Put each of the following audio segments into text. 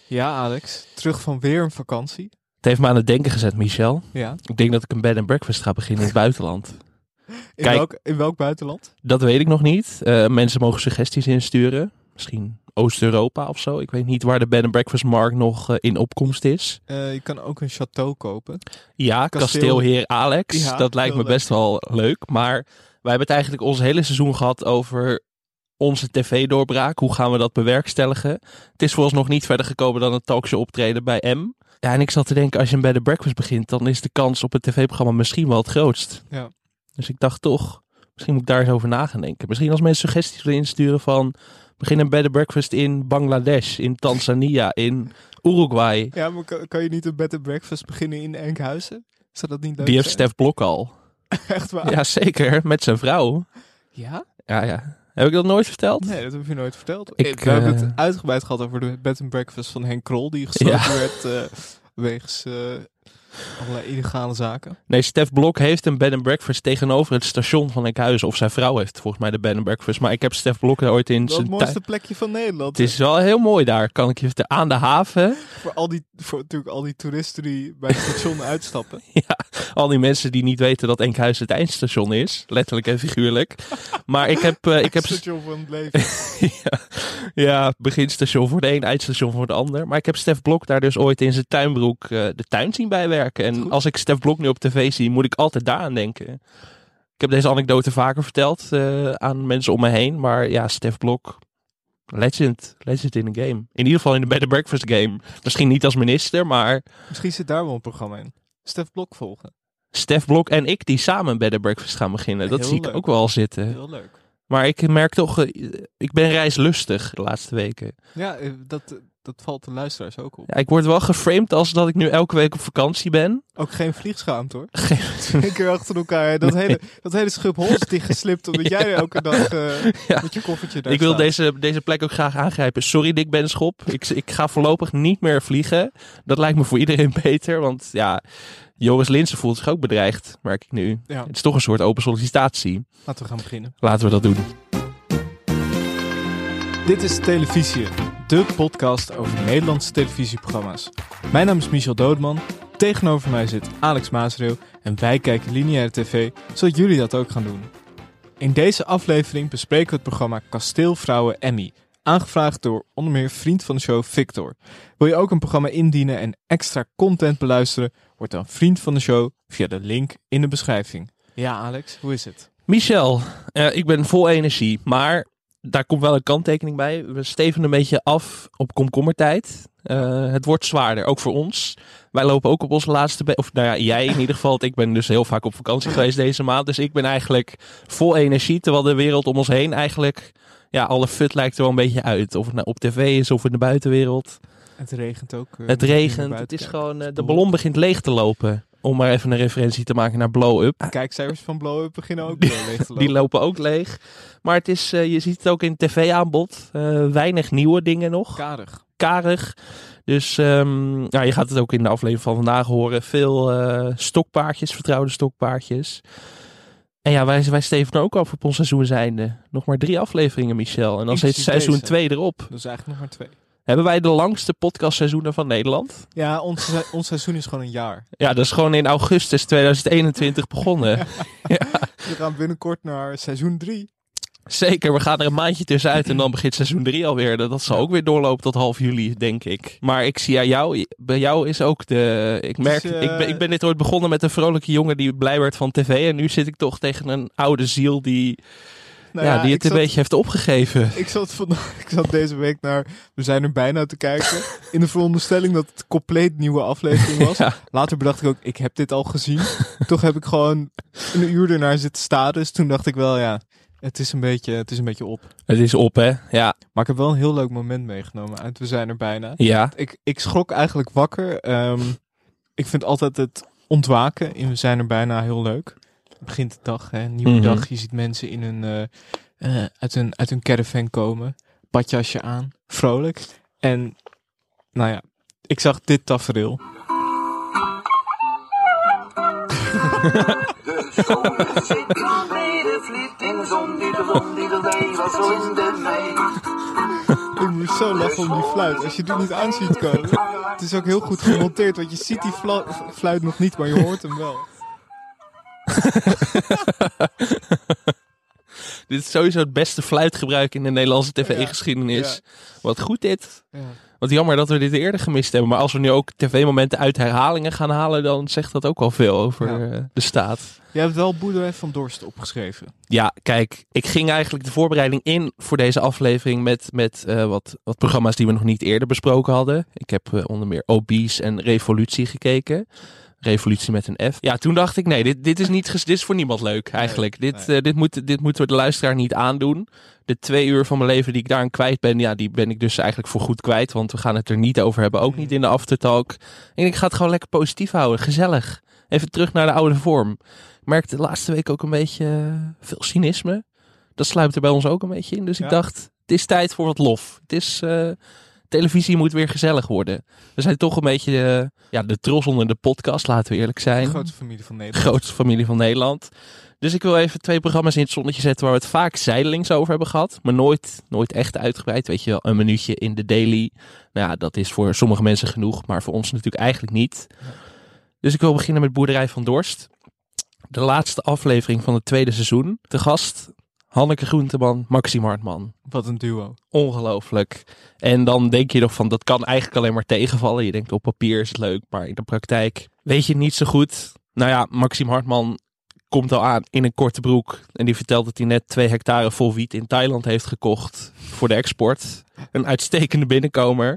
Ja, Alex. Terug van weer een vakantie. Het heeft me aan het denken gezet, Michel. Ja. Ik denk dat ik een bed and breakfast ga beginnen in het buitenland. In welk buitenland? Dat weet ik nog niet. Mensen mogen suggesties insturen. Misschien Oost-Europa of zo. Ik weet niet waar de bed and breakfast markt nog in opkomst is. Je kan ook een château kopen. Ja, kasteelheer Alex. Ja, dat lijkt me best wel leuk. Maar wij hebben het eigenlijk ons hele seizoen gehad over onze tv-doorbraak. Hoe gaan we dat bewerkstelligen? Het is vooralsnog niet verder gekomen dan een talkshow optreden bij M. Ja, en ik zat te denken, als je een bed and breakfast begint, dan is de kans op het tv-programma misschien wel het grootst. Ja. Dus ik dacht toch, misschien moet ik daar eens over na gaan denken. Misschien als mensen suggesties willen insturen van, begin een bed and breakfast in Bangladesh, in Tanzania, in Uruguay. Ja, maar kan je niet een bed and breakfast beginnen in Enkhuizen? Zou dat niet leuk Die heeft zijn? Stef Blok al. Echt waar? Ja, zeker. Met zijn vrouw. Ja? Ja. Heb ik dat nooit verteld? Nee, dat heb je nooit verteld. We hebben het uitgebreid gehad over de bed and breakfast van Henk Krol, die gesloten werd wegens allerlei illegale zaken. Nee, Stef Blok heeft een bed and breakfast tegenover het station van Enkhuizen. Of zijn vrouw heeft volgens mij de bed and breakfast. Maar ik heb Stef Blok er ooit in Dat is het mooiste plekje van Nederland. Het is wel heel mooi daar, kan ik je vertellen. Aan de haven. Voor natuurlijk al die toeristen die bij het station uitstappen. Ja, al die mensen die niet weten dat Enkhuizen het eindstation is. Letterlijk en figuurlijk. Maar ik heb station van het leven. ja, beginstation voor de een, eindstation voor de ander. Maar ik heb Stef Blok daar dus ooit in zijn tuinbroek de tuin zien bijwerken. En als ik Stef Blok nu op tv zie, moet ik altijd daaraan denken. Ik heb deze anekdote vaker verteld aan mensen om me heen. Maar ja, Stef Blok, legend in de game. In ieder geval in de bed and breakfast game. Misschien niet als minister, maar Misschien zit daar wel een programma in. Stef Blok volgen. Stef Blok en ik die samen een bed and breakfast gaan beginnen. Dat Heel zie leuk. ik ook wel zitten. Heel leuk. Maar ik merk toch, ik ben reislustig de laatste weken. Ja, dat valt de luisteraars ook op. Ja, ik word wel geframed als dat ik nu elke week op vakantie ben. Ook geen vliegschaamte hoor. Twee keer achter elkaar. Hè. Dat hele schub hols dichtgeslipt omdat jij elke dag met je koffertje daar Ik wil staat. deze plek ook graag aangrijpen. Sorry Dick Benschop. Ik ga voorlopig niet meer vliegen. Dat lijkt me voor iedereen beter. Want ja, Joris Linssen voelt zich ook bedreigd, merk ik nu. Ja. Het is toch een soort open sollicitatie. Laten we gaan beginnen. Laten we dat doen. Dit is Televisie, de podcast over Nederlandse televisieprogramma's. Mijn naam is Michel Dodeman. Tegenover mij zit Alex Maasreel en wij kijken lineaire tv, zodat jullie dat ook gaan doen. In deze aflevering bespreken we het programma Kasteelvrouwen Emmy, aangevraagd door onder meer vriend van de show Victor. Wil je ook een programma indienen en extra content beluisteren? Word dan vriend van de show via de link in de beschrijving. Ja, Alex, hoe is het? Michel, ik ben vol energie, maar daar komt wel een kanttekening bij. We steven een beetje af op komkommertijd. Het wordt zwaarder, ook voor ons. Wij lopen ook op onze laatste of nou ja, jij in ieder geval. Ik ben dus heel vaak op vakantie geweest deze maand. Dus ik ben eigenlijk vol energie, terwijl de wereld om ons heen eigenlijk, ja, alle fut lijkt er wel een beetje uit. Of het nou op tv is of in de buitenwereld. Het regent ook. Het regent, het is gewoon, de ballon begint leeg te lopen. Om maar even een referentie te maken naar Blow Up. Kijkcijfers van Blow Up beginnen ook leeg te lopen. Die lopen ook leeg. Maar het is, je ziet het ook in het tv-aanbod. Weinig nieuwe dingen nog. Karig. Dus ja, je gaat het ook in de aflevering van vandaag horen. Veel stokpaardjes, vertrouwde stokpaardjes. En ja, wij steven ook af op ons seizoenseinde. Nog maar 3 afleveringen, Michel. En dan zit seizoen 2 erop. Dat is eigenlijk nog maar 2. Hebben wij de langste podcastseizoenen van Nederland? Ja, ons seizoen is gewoon een jaar. Ja, dat is gewoon in augustus 2021 begonnen. Ja. We gaan binnenkort naar seizoen 3. Zeker, we gaan er een maandje tussenuit en dan begint seizoen 3 alweer. Dat zal ook weer doorlopen tot half juli, denk ik. Maar ik zie aan jou, bij jou is ook de... Ik merk, ik ben dit ooit begonnen met een vrolijke jongen die blij werd van tv. En nu zit ik toch tegen een oude ziel die het een beetje heeft opgegeven. Ik zat deze week naar We zijn er bijna te kijken. In de veronderstelling dat het compleet nieuwe aflevering was. Ja. Later bedacht ik ook, ik heb dit al gezien. Toch heb ik gewoon een uur ernaar zitten staren. Dus toen dacht ik wel, ja, het is een beetje op. Het is op, hè? Ja. Maar ik heb wel een heel leuk moment meegenomen uit We zijn er bijna. Ja. Ik schrok eigenlijk wakker. Ik vind altijd het ontwaken in We zijn er bijna heel leuk. Begint de dag, hè? Nieuwe dag. Je ziet mensen in uit hun caravan komen. Badjasje aan. Vrolijk. En, nou ja, ik zag dit tafereel. De schone zit beneden vliet in de zon die de won die de wee was zo in de mei. Ik moest zo lachen om die fluit. Als je die niet aan ziet komen. Het is ook heel goed gemonteerd, want je ziet die fluit nog niet, maar je hoort hem wel. Dit is sowieso het beste fluitgebruik in de Nederlandse tv-geschiedenis. Ja. Wat goed dit. Ja. Wat jammer dat we dit eerder gemist hebben. Maar als we nu ook tv-momenten uit herhalingen gaan halen, dan zegt dat ook wel veel over de staat. Je hebt wel Boerderij van Dorst opgeschreven. Ja, kijk, ik ging eigenlijk de voorbereiding in voor deze aflevering met wat programma's die we nog niet eerder besproken hadden. Ik heb onder meer Obese en Revolutie gekeken. Revolutie met een F. Ja, toen dacht ik, nee, dit is voor niemand leuk eigenlijk. Nee. Dit moeten we de luisteraar niet aandoen. De 2 uur van mijn leven die ik daaraan kwijt ben, ja, die ben ik dus eigenlijk voor goed kwijt. Want we gaan het er niet over hebben, ook niet in de aftertalk. En ik ga het gewoon lekker positief houden, gezellig. Even terug naar de oude vorm. Ik merkte de laatste week ook een beetje veel cynisme. Dat sluipt er bij ons ook een beetje in. Dus ik dacht, het is tijd voor wat lof. Het is... televisie moet weer gezellig worden. We zijn toch een beetje de tros onder de podcast, laten we eerlijk zijn. De grootste familie van Nederland. Dus ik wil even 2 programma's in het zonnetje zetten waar we het vaak zijdelings over hebben gehad. Maar nooit echt uitgebreid. Weet je wel, een minuutje in de daily. Nou ja, dat is voor sommige mensen genoeg, maar voor ons natuurlijk eigenlijk niet. Ja. Dus ik wil beginnen met Boerderij van Dorst. De laatste aflevering van het 2e seizoen. Te gast... Hanneke Groenteman, Maxime Hartman. Wat een duo. Ongelooflijk. En dan denk je nog van, dat kan eigenlijk alleen maar tegenvallen. Je denkt, op papier is het leuk, maar in de praktijk weet je het niet zo goed. Nou ja, Maxime Hartman komt al aan in een korte broek. En die vertelt dat hij net 2 hectare vol wiet in Thailand heeft gekocht voor de export. Een uitstekende binnenkomer.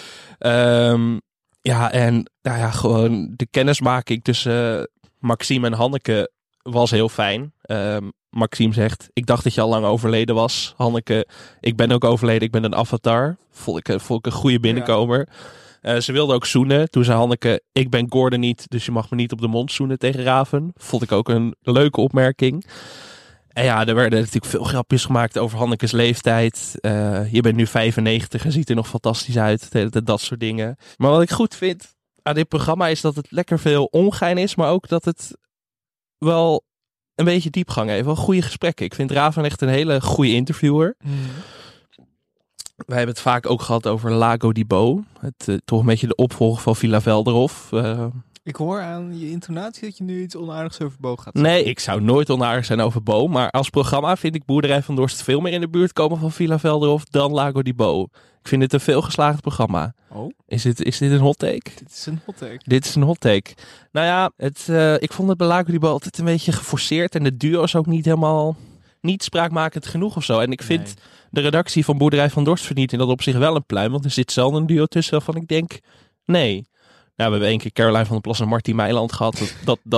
Gewoon de kennismaking tussen Maxime en Hanneke was heel fijn. Maxime zegt, ik dacht dat je al lang overleden was. Hanneke, ik ben ook overleden, ik ben een avatar. Vond ik een goede binnenkomer. Ja. Ze wilde ook zoenen. Toen zei Hanneke, ik ben Gordon niet, dus je mag me niet op de mond zoenen tegen Raven. Vond ik ook een leuke opmerking. En ja, er werden natuurlijk veel grapjes gemaakt over Hannekes leeftijd. Je bent nu 95 en ziet er nog fantastisch uit. Dat soort dingen. Maar wat ik goed vind aan dit programma is dat het lekker veel ongein is, maar ook dat het wel een beetje diepgang heeft. Wel goede gesprekken. Ik vind Raven echt een hele goede interviewer. Wij hebben het vaak ook gehad over Lago di Bo. Toch een beetje de opvolger van Villa Velderhof. Ik hoor aan je intonatie dat je nu iets onaardigs over Bo gaat zeggen. Nee, ik zou nooit onaardig zijn over Bo. Maar als programma vind ik Boerderij van Dorst veel meer in de buurt komen van Villa Velderhof dan Lago di Bo. Ik vind het een veel geslaagd programma. Oh? Is dit een hot take? Dit is een hot take. Dit is een hot take. Nou ja, ik vond het bij Lago di Bo altijd een beetje geforceerd. En de duo is ook niet helemaal niet spraakmakend genoeg of zo. En ik vind de redactie van Boerderij van Dorst verdient in dat opzicht wel een pluim. Want er zit zelden een duo tussen waarvan ik denk, nee. Nou, we hebben 1 keer Caroline van der Plas en Martien Meiland gehad.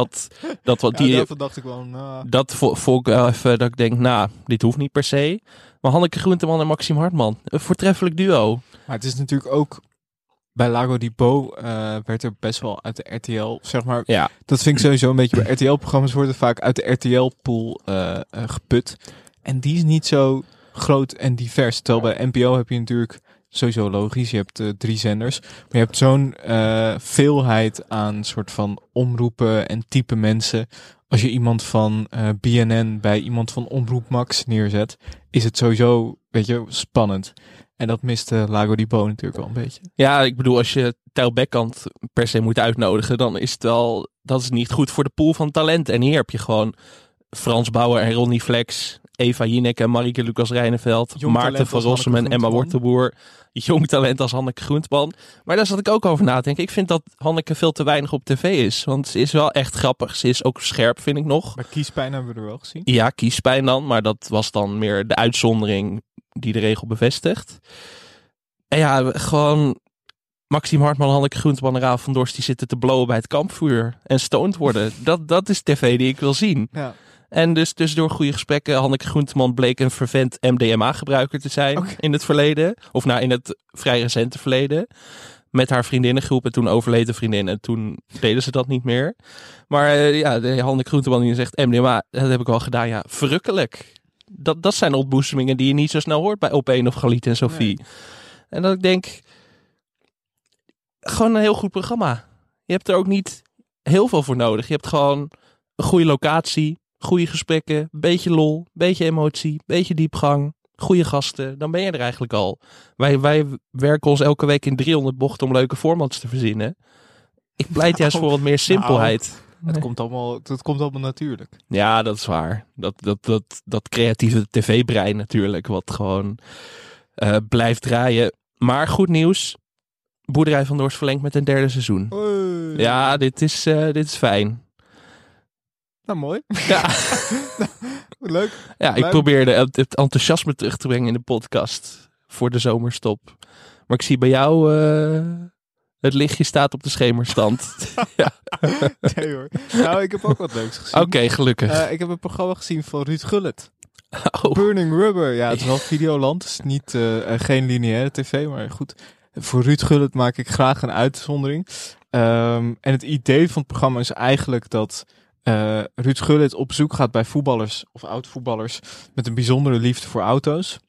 Daarvan dacht ik wel, dat vond ik wel even dat ik denk, dit hoeft niet per se. Maar Hanneke Groenteman en Maxime Hartman, een voortreffelijk duo. Maar het is natuurlijk ook, bij Lago di Bo werd er best wel uit de RTL, zeg maar. Ja. Dat vind ik sowieso een beetje, bij RTL-programma's worden vaak uit de RTL-pool geput. En die is niet zo groot en divers. Terwijl bij NPO heb je natuurlijk, sowieso logisch, je hebt 3 zenders. Maar je hebt zo'n veelheid aan soort van omroepen en type mensen. Als je iemand van BNN bij iemand van Omroep Max neerzet, is het sowieso, weet je, spannend. En dat mist Lago di Bo natuurlijk wel een beetje. Ja, ik bedoel, als je Tijl Bekkant per se moet uitnodigen, dan is het wel, dat is niet goed voor de pool van talent. En hier heb je gewoon Frans Bauer en Ronnie Flex, Eva Jinek en Marieke Lucas Rijneveld, Maarten van Rossum en Emma Wortelboer. Jong talent als Hanneke Groenteman. Maar daar zat ik ook over na te denken. Ik vind dat Hanneke veel te weinig op tv is. Want ze is wel echt grappig. Ze is ook scherp, vind ik nog. Maar Kiespijn hebben we er wel gezien. Ja, Kiespijn dan. Maar dat was dan meer de uitzondering die de regel bevestigt. En ja, gewoon Maxime Hartman, Hanneke Groenteman en Raven van Dorst, die zitten te blowen bij het kampvuur en stoned worden. Dat is tv die ik wil zien. Ja. En dus door goede gesprekken, Hanneke Groenteman bleek een fervent MDMA-gebruiker te zijn in het verleden. Of in het vrij recente verleden. Met haar vriendinnengroep en toen overleed de vriendin en toen deden ze dat niet meer. Maar de Hanneke Groenteman die zegt MDMA, dat heb ik wel gedaan. Ja, verrukkelijk. Dat zijn ontboezemingen die je niet zo snel hoort bij Op1 of Galit en Sophie. Nee. En dat ik denk, gewoon een heel goed programma. Je hebt er ook niet heel veel voor nodig. Je hebt gewoon een goede locatie, goede gesprekken, beetje lol, beetje emotie, beetje diepgang. goede gasten, dan ben je er eigenlijk al. Wij werken ons elke week in 300 bochten om leuke formats te verzinnen. Ik pleit juist voor wat meer simpelheid. Het komt allemaal natuurlijk. Ja, dat is waar. Dat creatieve tv-brein natuurlijk, wat gewoon blijft draaien. Maar goed nieuws. Boerderij van Dorst verlengt met een 3e seizoen. Oei. Ja, dit is fijn. Nou, mooi. Ja. Leuk. Ja, ik probeerde het enthousiasme terug te brengen in de podcast voor de zomerstop. Maar ik zie bij jou het lichtje staat op de schemerstand. Ja. Nee hoor. Nou, ik heb ook wat leuks gezien. Oké, gelukkig. Ik heb een programma gezien van Ruud Gullit. Oh. Burning Rubber. Ja, het is wel Videoland. Het is niet, geen lineaire tv, maar goed. Voor Ruud Gullit maak ik graag een uitzondering. En het idee van het programma is eigenlijk dat Ruud Gullit op bezoek gaat bij voetballers of oud-voetballers met een bijzondere liefde voor auto's.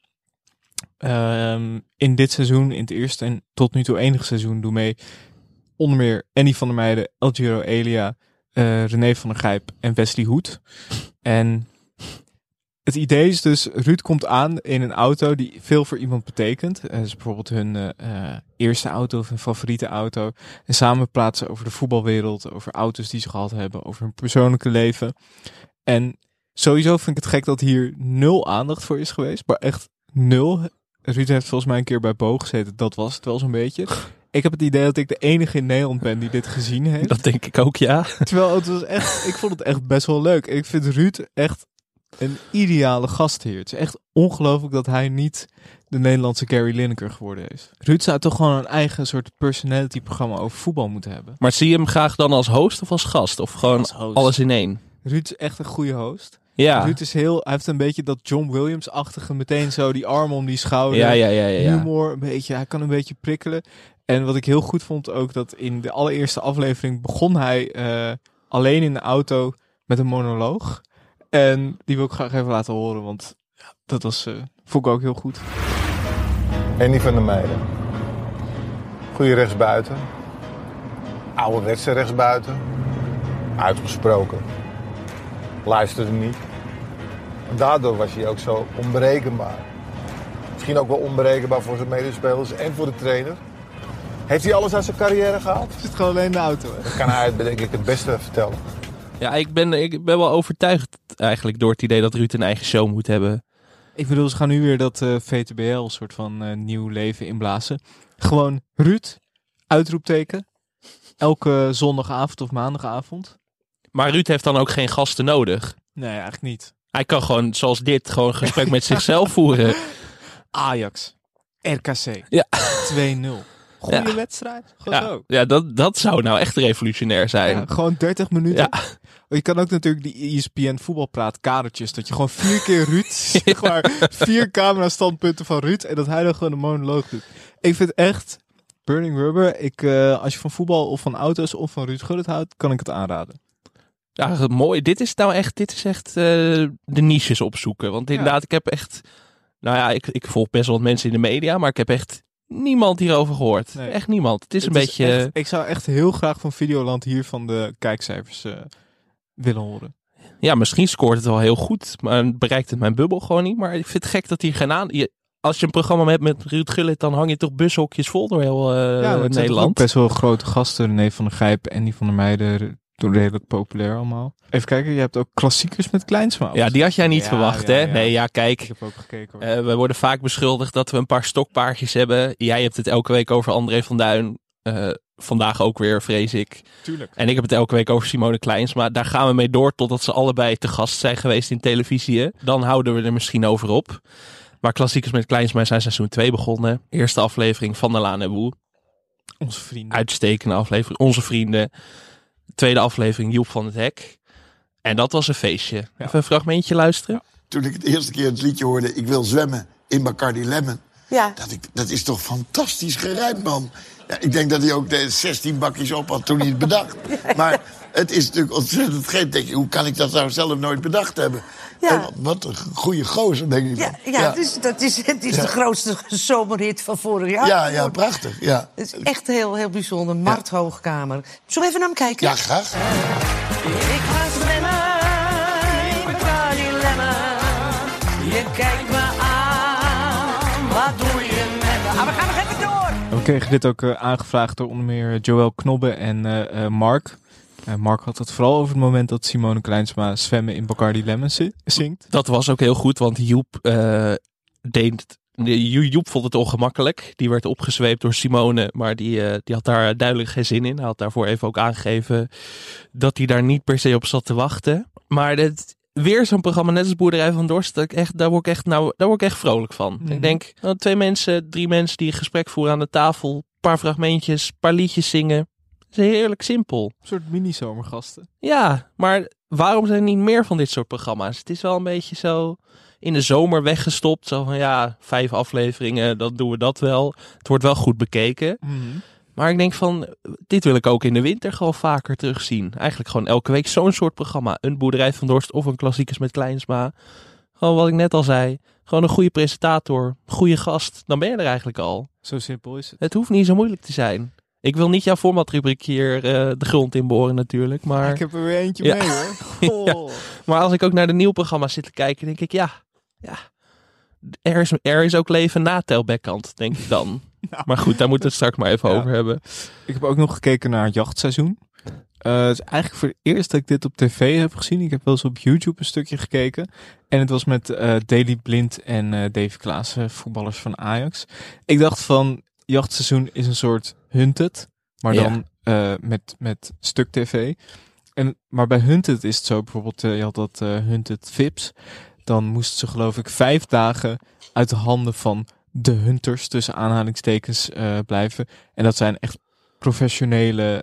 In dit seizoen, in het eerste en tot nu toe enige seizoen, doen mee onder meer Annie van der Meijden, El Giro Elia, René van der Gijp en Wesley Hoed. En het idee is dus, Ruud komt aan in een auto die veel voor iemand betekent. Dus bijvoorbeeld hun eerste auto of hun favoriete auto. En samen praten ze over de voetbalwereld, over auto's die ze gehad hebben, over hun persoonlijke leven. En sowieso vind ik het gek dat hier 0 aandacht voor is geweest. Maar echt 0. Ruud heeft volgens mij een keer bij Bo gezeten. Dat was het wel zo'n beetje. Ik heb het idee dat ik de enige in Nederland ben die dit gezien heeft. Dat denk ik ook, ja. Terwijl het was echt, ik vond het echt best wel leuk. Ik vind Ruud echt een ideale gastheer. Het is echt ongelooflijk dat hij niet de Nederlandse Gary Lineker geworden is. Ruud zou toch gewoon een eigen soort personality programma over voetbal moeten hebben. Maar zie je hem graag dan als host of als gast? Of gewoon Als host. alles in één? Ruud is echt een goede host. Ja. Ruud is hij heeft een beetje dat John Williams-achtige, meteen zo die arm om die schouder. Ja. Humor, een beetje, hij kan een beetje prikkelen. En wat ik heel goed vond ook, dat in de allereerste aflevering begon hij alleen in de auto met een monoloog. En die wil ik graag even laten horen, want dat was, vond ik ook heel goed. Annie van der Meijden. Goeie rechtsbuiten. Ouderwetse rechtsbuiten. Uitgesproken. Luisterde niet. En daardoor was hij ook zo onberekenbaar. Misschien ook wel onberekenbaar voor zijn medespelers en voor de trainer. Heeft hij alles uit zijn carrière gehaald? Zit gewoon alleen in de auto. Hè? Dat kan hij, denk ik, het beste vertellen. Ja, ik ben wel overtuigd eigenlijk door het idee dat Ruud een eigen show moet hebben. Ik bedoel, ze gaan nu weer dat VTBL soort van nieuw leven inblazen. Gewoon Ruud, uitroepteken, elke zondagavond of maandagavond. Maar Ruud heeft dan ook geen gasten nodig. Nee, eigenlijk niet. Hij kan gewoon, zoals dit, gewoon een gesprek met zichzelf voeren. Ajax, RKC, Ja. 2-0. Goeie wedstrijd. Gewoon zo. Ja, dat zou nou echt revolutionair zijn. Ja, gewoon 30 minuten. Ja. Je kan ook natuurlijk die ESPN voetbalpraat kadertjes. Dat je gewoon 4 keer Ruud, zeg maar 4 camera standpunten van Ruud. En dat hij dan gewoon een monoloog doet. Ik vind echt Burning Rubber. Als je van voetbal of van auto's of van Ruud Gullit houdt, kan ik het aanraden. Ja, mooi. Dit is echt de niches opzoeken. Want inderdaad, ik heb echt... Nou ja, ik volg best wel wat mensen in de media, maar ik heb echt niemand hierover gehoord. Nee. Echt niemand. Het is een beetje... Echt, ik zou echt heel graag van Videoland hier van de kijkcijfers willen horen. Ja, misschien scoort het wel heel goed, maar bereikt het mijn bubbel gewoon niet. Maar ik vind het gek dat hier geen aan... Als je een programma hebt met Ruud Gullit, dan hang je toch bushokjes vol door heel Nederland. Zijn ook best wel grote gasten. René van der Gijp en die van der Meijden, toen redelijk populair allemaal. Even kijken, je hebt ook klassiekers met Kleinsma. Ja, die had jij niet verwacht, hè? Ja. Nee, ja, kijk. Ik heb ook gekeken. Hoor. We worden vaak beschuldigd dat we een paar stokpaardjes hebben. Jij hebt het elke week over André van Duin. Vandaag ook weer, vrees ik. Tuurlijk. En ik heb het elke week over Simone Kleinsma. Daar gaan we mee door totdat ze allebei te gast zijn geweest in televisie. Dan houden we er misschien over op. Maar klassiekers met Kleinsma zijn seizoen 2 begonnen. Eerste aflevering van de Laan en Woe. Onze vrienden. Uitstekende aflevering. Onze vrienden. Tweede aflevering Joep van het Hek. En dat was een feestje. Ja. Even een fragmentje luisteren. Ja. Toen ik het eerste keer het liedje hoorde, ik wil zwemmen in Bacardi Lemon. Ja. Dat is toch fantastisch gerijmd, man. Ja, ik denk dat hij ook de 16 bakjes op had toen hij het bedacht. Ja. Maar het is natuurlijk ontzettend gek. Denk je, hoe kan ik dat nou zelf nooit bedacht hebben? Ja. Wat een goede gozer, denk ik. Ja. Het is de grootste zomerhit van vorig jaar. Ja, prachtig. Ja. Het is echt heel, heel bijzonder. Mart Hoogkamer. Zullen we even naar hem kijken? Ja, graag. Ik ga zwemmen in Bacardi Lemon. Je kijkt me aan. kregen dit ook aangevraagd door onder meer Joël Knobbe en Mark. Mark had het vooral over het moment dat Simone Kleinsma zwemmen in Bacardi Lemon zingt. Dat was ook heel goed, want Joep vond het ongemakkelijk. Die werd opgezweept door Simone, maar die had daar duidelijk geen zin in. Hij had daarvoor even ook aangegeven dat hij daar niet per se op zat te wachten. Maar weer zo'n programma, net als Boerderij van Dorst, daar word ik echt vrolijk van. Mm-hmm. Ik denk, 3 mensen die een gesprek voeren aan de tafel, een paar fragmentjes, een paar liedjes zingen. Dat is heerlijk simpel. Een soort mini-zomergasten. Ja, maar waarom zijn er niet meer van dit soort programma's? Het is wel een beetje zo in de zomer weggestopt. Zo van 5 afleveringen, dan doen we dat wel. Het wordt wel goed bekeken. Mm-hmm. Maar ik denk van, dit wil ik ook in de winter gewoon vaker terugzien. Eigenlijk gewoon elke week zo'n soort programma. Een Boerderij van Dorst of een Klassiekers met Kleinsma. Gewoon wat ik net al zei. Gewoon een goede presentator, goede gast. Dan ben je er eigenlijk al. Zo simpel is het. Het hoeft niet zo moeilijk te zijn. Ik wil niet jouw formatrubriek hier de grond inboren natuurlijk. Maar ik heb er weer eentje mee hoor. Ja. Maar als ik ook naar de nieuwe programma's zit te kijken, denk ik er is ook leven na Telbekkant, denk ik dan. Nou, maar goed, daar moeten we het straks maar even over hebben. Ik heb ook nog gekeken naar het jachtseizoen. Het is eigenlijk voor het eerst dat ik dit op tv heb gezien. Ik heb wel eens op YouTube een stukje gekeken. En het was met Daley Blind en Davy Klaassen, voetballers van Ajax. Ik dacht van, jachtseizoen is een soort Hunted, maar dan met stuk tv. Maar bij Hunted is het zo, bijvoorbeeld, je had dat Hunted Vips. Dan moesten ze geloof ik 5 dagen uit de handen van de hunters, tussen aanhalingstekens, blijven. En dat zijn echt professionele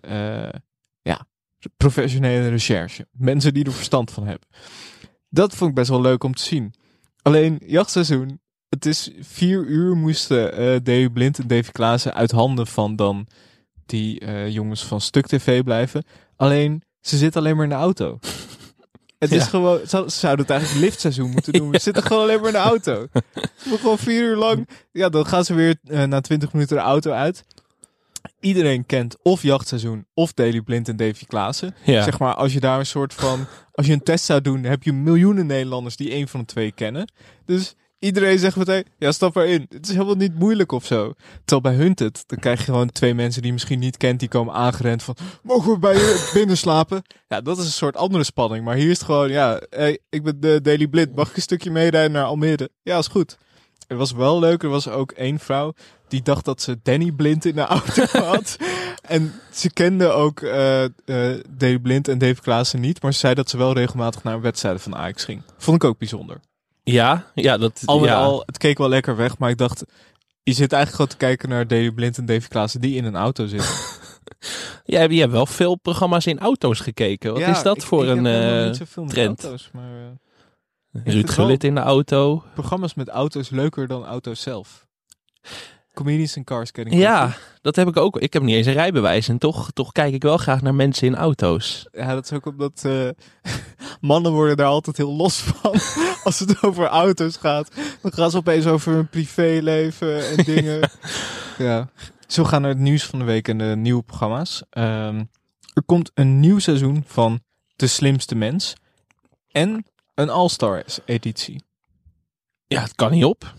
recherche. Mensen die er verstand van hebben. Dat vond ik best wel leuk om te zien. Alleen, jachtseizoen, het is 4 uur moesten Davy Blind en Davy Klaassen uit handen van dan die jongens van Stuk TV blijven. Alleen, ze zitten alleen maar in de auto. Het is gewoon, ze zouden het eigenlijk liftseizoen moeten doen. Ze zitten gewoon alleen maar in de auto. Gewoon 4 uur lang. Ja, dan gaan ze weer na 20 minuten de auto uit. Iedereen kent of jachtseizoen of Daley Blind en Davy Klaassen. Ja. Zeg maar, als je daar een soort van, als je een test zou doen, heb je miljoenen Nederlanders die één van de 2 kennen. Dus iedereen zegt meteen, ja, stap erin. Het is helemaal niet moeilijk of zo. Terwijl bij Hunted, dan krijg je gewoon 2 mensen die je misschien niet kent, die komen aangerend van, mogen we bij je binnen slapen? Ja, dat is een soort andere spanning. Maar hier is het gewoon, ik ben de Daley Blind, mag ik een stukje meerijden naar Almere? Ja, is goed. Het was wel leuk, er was ook 1 vrouw die dacht dat ze Danny Blind in de auto had. En ze kende ook Daley Blind en Davy Klaassen niet, maar ze zei dat ze wel regelmatig naar wedstrijden van Ajax ging. Vond ik ook bijzonder. Ja, dat... Al met al, het keek wel lekker weg, maar ik dacht, je zit eigenlijk gewoon te kijken naar Daley Blind en Davy Klaassen die in een auto zitten. Je hebt wel veel programma's in auto's gekeken. Wat is dat voor een niet zoveel met trend? Auto's, maar, Ruud Gullit in de auto. Programma's met auto's leuker dan auto's zelf. Comedians in Cars ken ik. Ja, dat heb ik ook. Ik heb niet eens een rijbewijs en toch kijk ik wel graag naar mensen in auto's. Ja, dat is ook omdat mannen worden daar altijd heel los van. Als het over auto's gaat, dan gaan ze opeens over hun privéleven en dingen. Ja. Zo gaan naar het nieuws van de week en de nieuwe programma's. Er komt een nieuw seizoen van De Slimste Mens en een All-Stars editie. Ja, het kan niet op.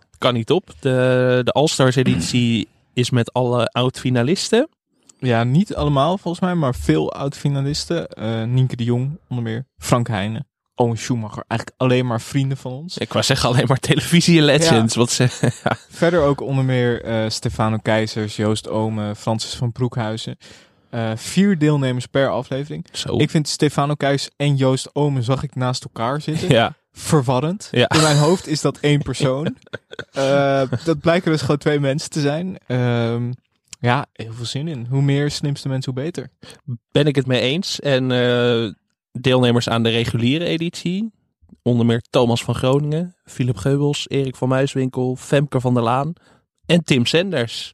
De All-Stars editie is met alle oud-finalisten. Ja, niet allemaal volgens mij, maar veel oud-finalisten. Nienke de Jong onder meer. Frank Heijnen. Owen Schumacher. Eigenlijk alleen maar vrienden van ons. Ik wou zeggen alleen maar televisie-legends. Ja. Verder ook onder meer Stefano Keizers, Joost Omen, Francis van Broekhuizen. 4 deelnemers per aflevering. Zo. Ik vind Stefano Keizers en Joost Omen zag ik naast elkaar zitten. Ja. Verwarrend. Ja. In mijn hoofd is dat 1 persoon. Dat blijken dus gewoon 2 mensen te zijn. Ja, heel veel zin in. Hoe meer slimste mensen, hoe beter. Ben ik het mee eens. En deelnemers aan de reguliere editie. Onder meer Thomas van Groningen, Philip Geubels, Erik van Muiswinkel, Femke van der Laan en Tim Senders.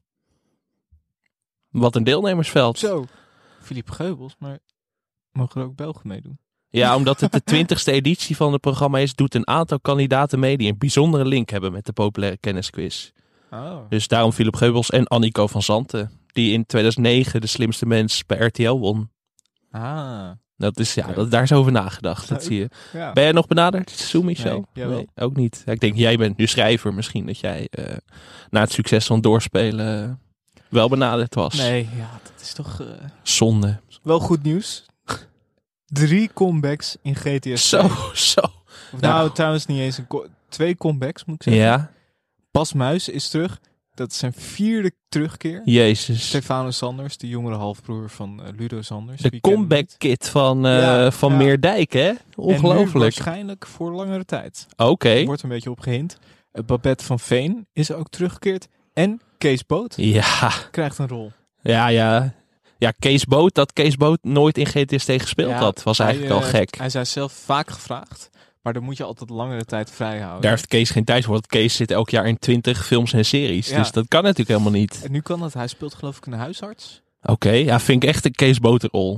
Wat een deelnemersveld. Zo, Philip Geubels, maar mogen er ook Belgen meedoen? Ja, omdat het de 20ste editie van het programma is, doet een aantal kandidaten mee die een bijzondere link hebben met de populaire kennisquiz. Oh. Dus daarom Philip Geubels en Annico van Zanten, die in 2009 de slimste mens bij RTL won. Ah. Dat is, daar is over nagedacht, dat zie je. Ja. Ben jij nog benaderd, Seizoen, Michel? Nee, ook niet. Ja, ik denk, jij bent nu schrijver misschien, dat jij na het succes van Doorspelen wel benaderd was. Nee, ja, dat is toch... Zonde. Wel goed nieuws. 3 comebacks in GTSD. Zo. Nou, trouwens niet eens 2 comebacks, moet ik zeggen. Ja. Bas Muis is terug. Dat is zijn 4e terugkeer. Jezus. Stefano Sanders, de jongere halfbroer van Ludo Sanders. De comeback kit van Meerdijk, hè? Ongelooflijk. En nu waarschijnlijk voor langere tijd. Oké. Er wordt een beetje op gehind. Babette van Veen is ook teruggekeerd. En Kees Boot krijgt een rol. Ja. Ja, Kees Boot, dat Kees Boot nooit in GTSD gespeeld had, was eigenlijk al gek. Hij zei zelf vaak gevraagd, maar dan moet je altijd langere tijd vrij houden. Daar heeft Kees geen tijd voor, want Kees zit elk jaar in 20 films en series. Ja. Dus dat kan natuurlijk helemaal niet. En nu kan het. Hij speelt geloof ik een huisarts. Oké, vind ik echt een Kees Boot rol.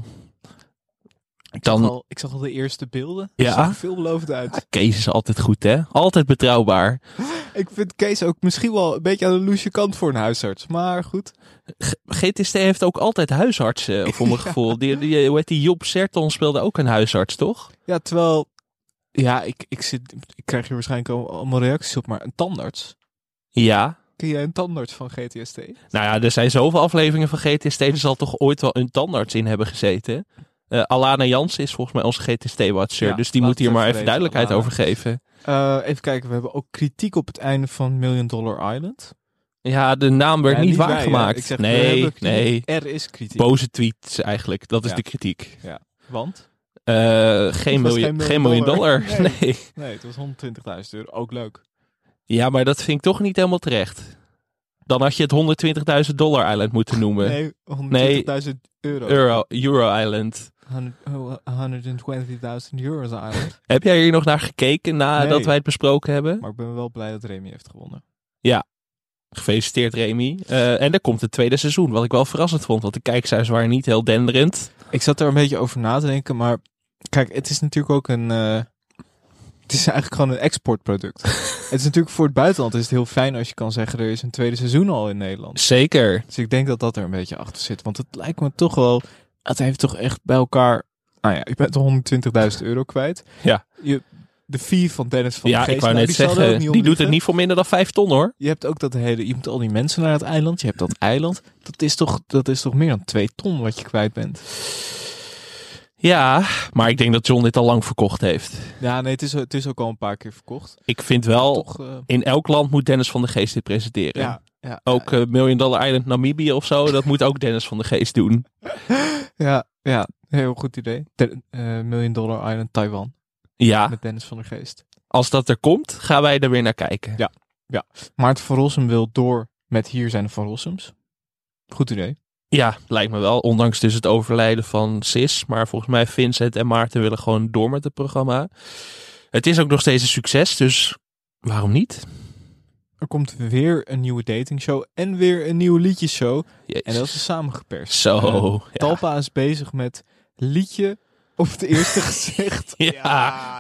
Ik zag al de eerste beelden. Ja. Het zag er veelbelovend uit. Ja, Kees is altijd goed, hè? Altijd betrouwbaar. Ik vind Kees ook misschien wel een beetje aan de loesje kant voor een huisarts. Maar goed. GTSD heeft ook altijd huisartsen, voor mijn gevoel. Hoe heet die? Job Serton speelde ook een huisarts, toch? Ja, terwijl... Ja, ik krijg hier waarschijnlijk allemaal reacties op, maar een tandarts? Ja. Ken jij een tandarts van GTSD? Nou ja, er zijn zoveel afleveringen van GTSD, er zal toch ooit wel een tandarts in hebben gezeten. Alana Jansen is volgens mij onze GTSD-watcher, dus die moet hier maar even duidelijkheid over geven. Even kijken, we hebben ook kritiek op het einde van $1 Million Island. Ja, de naam werd niet waargemaakt. Ik zeg, nee. Er is kritiek. Boze tweets eigenlijk, dat is de kritiek. Ja, want? Geen miljoen dollar. Nee, het was €120.000. Ook leuk. Ja, maar dat vind ik toch niet helemaal terecht. Dan had je het $120.000 Island moeten noemen. Nee, €120.000. Euro Island. €120.000 Island. Heb jij hier nog naar gekeken nadat wij het besproken hebben? Maar ik ben wel blij dat Remy heeft gewonnen. Ja, gefeliciteerd Remy. En er komt het tweede seizoen, wat ik wel verrassend vond. Want de kijkcijfers waren niet heel denderend. Ik zat er een beetje over na te denken, maar kijk, het is natuurlijk ook het is eigenlijk gewoon een exportproduct. Het is natuurlijk voor het buitenland is het heel fijn als je kan zeggen er is een tweede seizoen al in Nederland. Zeker. Dus ik denk dat dat er een beetje achter zit. Want het lijkt me toch wel, het heeft toch echt bij elkaar, nou ja, je bent €120.000 kwijt. Ja. De fee van Dennis van der Geest. Ja, ik wou net zeggen, die doet het niet voor minder dan 5 ton hoor. Je hebt ook je moet al die mensen naar het eiland. Je hebt dat eiland. Dat is toch meer dan 2 ton wat je kwijt bent. Ja, maar ik denk dat John dit al lang verkocht heeft. Ja, nee, het is ook al een paar keer verkocht. Ik vind wel, in elk land moet Dennis van der Geest dit presenteren. Ja, ook $1 Million Island Namibië of zo, dat moet ook Dennis van der Geest doen. Ja, heel goed idee. $1 Million Island Taiwan. Ja. Met Dennis van der Geest. Als dat er komt, gaan wij er weer naar kijken. Ja. Maarten van Rossum wil door met Hier zijn de Van Rossums. Goed idee. Ja, lijkt me wel. Ondanks dus het overlijden van Sis. Maar volgens mij Vincent en Maarten willen gewoon door met het programma. Het is ook nog steeds een succes, dus waarom niet? Er komt weer een nieuwe datingshow en weer een nieuwe liedjesshow. Jezus. En dat is samengeperst. Zo. Talpa is bezig met liedje op het eerste gezicht. Ja.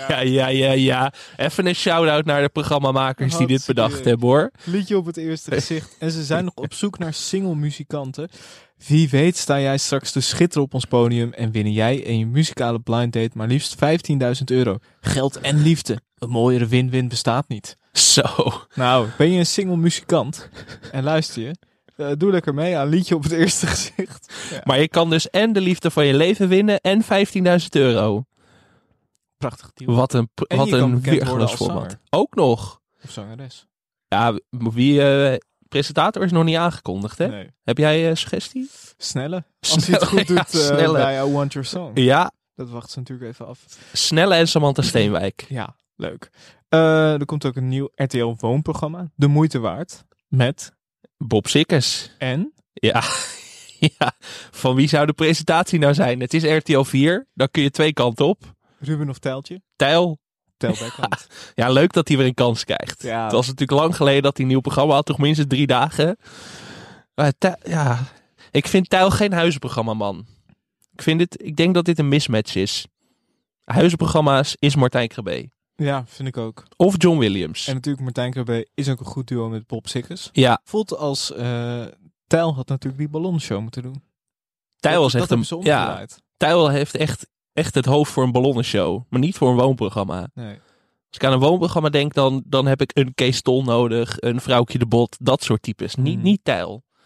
Even een shout-out naar de programmamakers die dit bedacht hebben hoor. Liedje op het eerste gezicht. En ze zijn nog op zoek naar single muzikanten. Wie weet sta jij straks te schitteren op ons podium en winnen jij en je muzikale blind date maar liefst €15.000. Geld en liefde. Een mooiere win-win bestaat niet. Zo. Nou, ben je een single muzikant en luister je? Doe lekker mee aan liedje op het eerste gezicht. Ja. Maar je kan dus en de liefde van je leven winnen en €15.000. Prachtig deal. Wat een weergeloos format. Ook nog. Of zangeres. Ja, presentator is nog niet aangekondigd, hè? Nee. Heb jij suggestie? Snelle. Als hij het goed doet bij I Want Your Song. Ja. Dat wacht ze natuurlijk even af. Snelle en Samantha Steenwijk. Ja, leuk. Er komt ook een nieuw RTL Woonprogramma. De moeite waard. Met Bob Sikkers. En? Ja. Ja. Van wie zou de presentatie nou zijn? Het is RTL 4. Dan kun je 2 kanten op. Ruben of Tijltje? Tijl. Tijlbekant. Ja, leuk dat hij weer een kans krijgt. Ja. Het was natuurlijk lang geleden dat hij een nieuw programma had. Toch minstens 3 dagen. Maar ik vind Tijl geen huizenprogramma, man. Ik denk dat dit een mismatch is. Huizenprogramma's is Martijn Krabbe. Ja, vind ik ook. Of John Williams. En natuurlijk Martijn Krabbe is ook een goed duo met Bob Sikkers. Ja. Voelt als Tijl had natuurlijk die ballonshow moeten doen. Tijl was echt Tijl heeft echt het hoofd voor een ballonnenshow. Maar niet voor een woonprogramma. Nee. Als ik aan een woonprogramma denk, dan heb ik een Kees Tol nodig. Een Vrouwtje de Bot. Dat soort types. Niet Tijl. Nee.